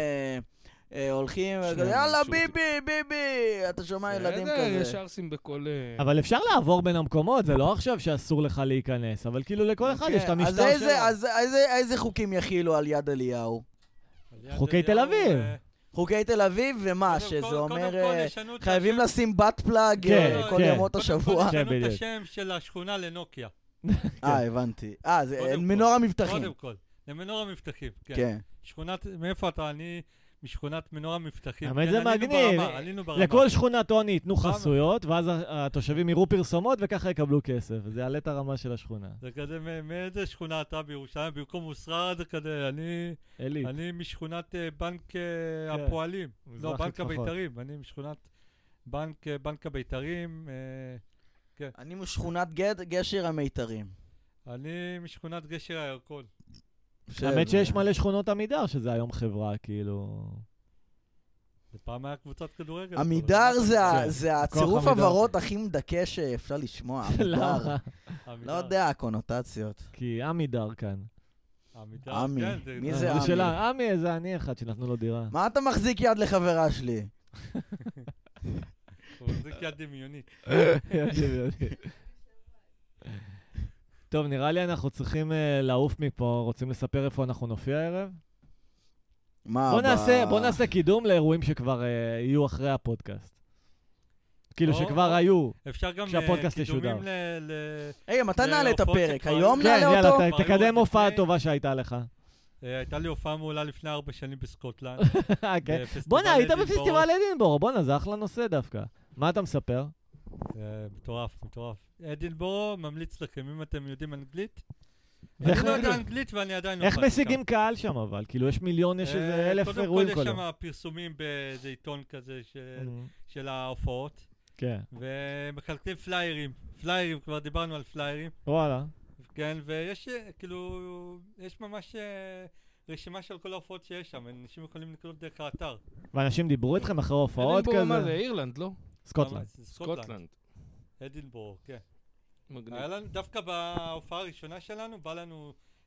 הולכים, יאללה ביבי, ביבי, אתה שומע ילדים כזה. יש ארסים בכל... אבל אפשר לעבור בין המקומות, זה לא עכשיו שאסור לך להיכנס, אבל כאילו לכל אחד יש את המשטר שלו. אז איזה חוקים יכילו על יד אליהו? חוקי תל אביב. חוקי תל אביב, ומה, שזה אומר, חייבים לשים בת פלאג כל ימות השבוע. קודם כל, ישנו את השם של השכונה לנוקיה. אה, הבנתי. אה, זה מנור המבטחים. קודם כל, זה מנור המבטחים, כן. שכונת, מאיפה אתה? אני... משכונת מנור המבטחים. אבל זה מגניב. לכל שכונת עוני ייתנו חסויות, ואז התושבים יראו פרסומות וככה יקבלו כסף. זה יעלה את הרמה של השכונה. זה כזה, מאיזה שכונה אתה בירושלים? במקום מוסררה זה כזה, אני משכונת בנק הפועלים. לא, בנק הבית"רים. אני משכונת בנק הבית"רים. אני משכונת גשר המיתרים. אני משכונת גשר הירקון. האמת שיש מלא שכונות עמידר, שזה היום חברה, כאילו... זה פעם היה קבוצת כדורגל. עמידר זה הצירוף עברות הכי מדכא שאפשר לשמוע. עמידר. לא יודע, הקונוטציות. כי עמידר כאן. עמי. מי זה עמי? זה שלה, עמי זה אני אחד שנתנו לו דירה. מה אתה מחזיק יד לחברה שלי? הוא מחזיק יד דמיונית. יד דמיונית. טוב, נראה לי אנחנו צריכים uh, לעוף מפה, רוצים לספר איפה אנחנו נופיע הערב? מה? בוא, ב... נעשה, בוא נעשה קידום לאירועים שכבר uh, יהיו אחרי הפודקאסט. כאילו או, שכבר או, היו, כשהפודקאסט ישודר. היי, מתי נעלה את הפרק? היום כן, נעלה יאללה, אותו? כן, יאללה, תקדם הופעה טובה שהייתה לך. הייתה לי הופעה מעולה לפני ארבע שנים בסקוטלנד. בוא'נה, היית בפסטיבל אדינבורו, בוא'נה, זה אחלה נושא דווקא. מה אתה מספר? מטורף, מטורף. אדינבורו ממליץ לכם, אם אתם יודעים אנגלית. אני לא יודע אנגלית ואני עדיין לא... איך משיגים קהל שם אבל? כאילו יש מיליון, יש איזה אלף אירועים כל... קודם כל יש שם פרסומים באיזה עיתון כזה של ההופעות. כן. ומחלקים פליירים. פליירים, כבר דיברנו על פליירים. וואלה. כן, ויש כאילו, יש ממש רשימה של כל ההופעות שיש שם. אנשים יכולים לקלוט דרך האתר. ואנשים דיברו איתכם אחרי הופעות כזה? אדינבורו מה זה? אירלנד, לא? סקוטלנד. סקוטלנד. אדינבורו, כן. היה לנו, דווקא בהופעה הראשונה שלנו, בא לנו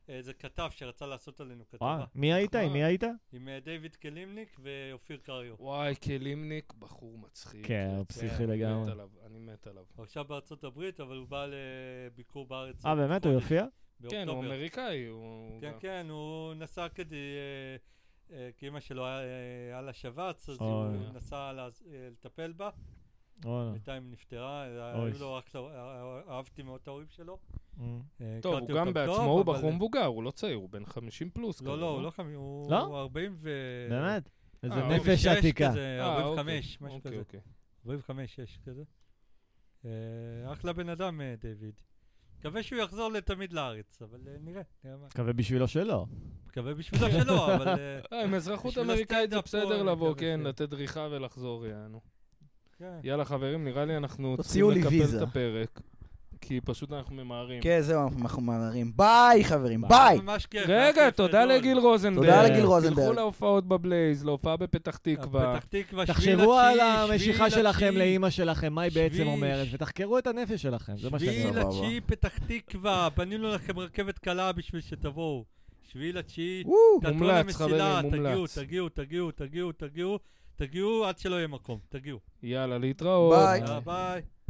איזה כתב שרצה לעשות עלינו כתבה. מי היית? עם מי היית? עם דיוויד קלימניק ואופיר קריו. וואי, קלימניק, בחור מצחיק. כן, הוא פסיכי לגמרי. אני מת עליו. עכשיו בארצות הברית, אבל הוא בא לביקור בארץ. אה, באמת? הוא יופיע? כן, הוא אמריקאי. כן, כן, הוא נסע כדי, כי אמא שלו היה לה שבץ, אז הוא נסע לטפל בה. בינתיים נפטרה, אהבתי מאוד את ההורים שלו. טוב, הוא גם בעצמו, הוא בחור מבוגר, הוא לא צעיר, הוא בן חמישים פלוס. לא, לא, הוא לא חמישים, הוא ארבעים ו... באמת? איזה נפש עתיקה. ארבעים וחמש, משהו כזה. ארבעים וחמש, יש כזה. אחלה בן אדם, דיוויד. מקווה שהוא יחזור לתמיד לארץ, אבל נראה. מקווה בשבילו שלא. מקווה בשבילו שלא, אבל... עם אזרחות אמריקאית זה בסדר לבוא, כן, לתת דריכה ולחזור, יענו. יאללה חברים, נראה לי אנחנו צריכים לקפל את הפרק, כי פשוט אנחנו ממהרים. כן, זהו, אנחנו ממהרים. ביי חברים, ביי! רגע, תודה לגיל רוזנברג. תודה לגיל רוזנברג. תלכו להופעות בבלייז, להופעה בפתח תקווה. תחשבו על המשיכה שלכם לאמא שלכם, מה היא בעצם אומרת, ותחקרו את הנפש שלכם, זה מה שאני שביעי לתשיעי פתח תקווה, בנינו לכם רכבת קלה בשביל שתבואו. שביעי לתשיעי, תיאטרון המסילה, תגיעו, תגיעו, תגיעו, תגיעו, תגיעו. תגיעו עד שלא יהיה מקום, תגיעו. יאללה, להתראות. ביי. ביי.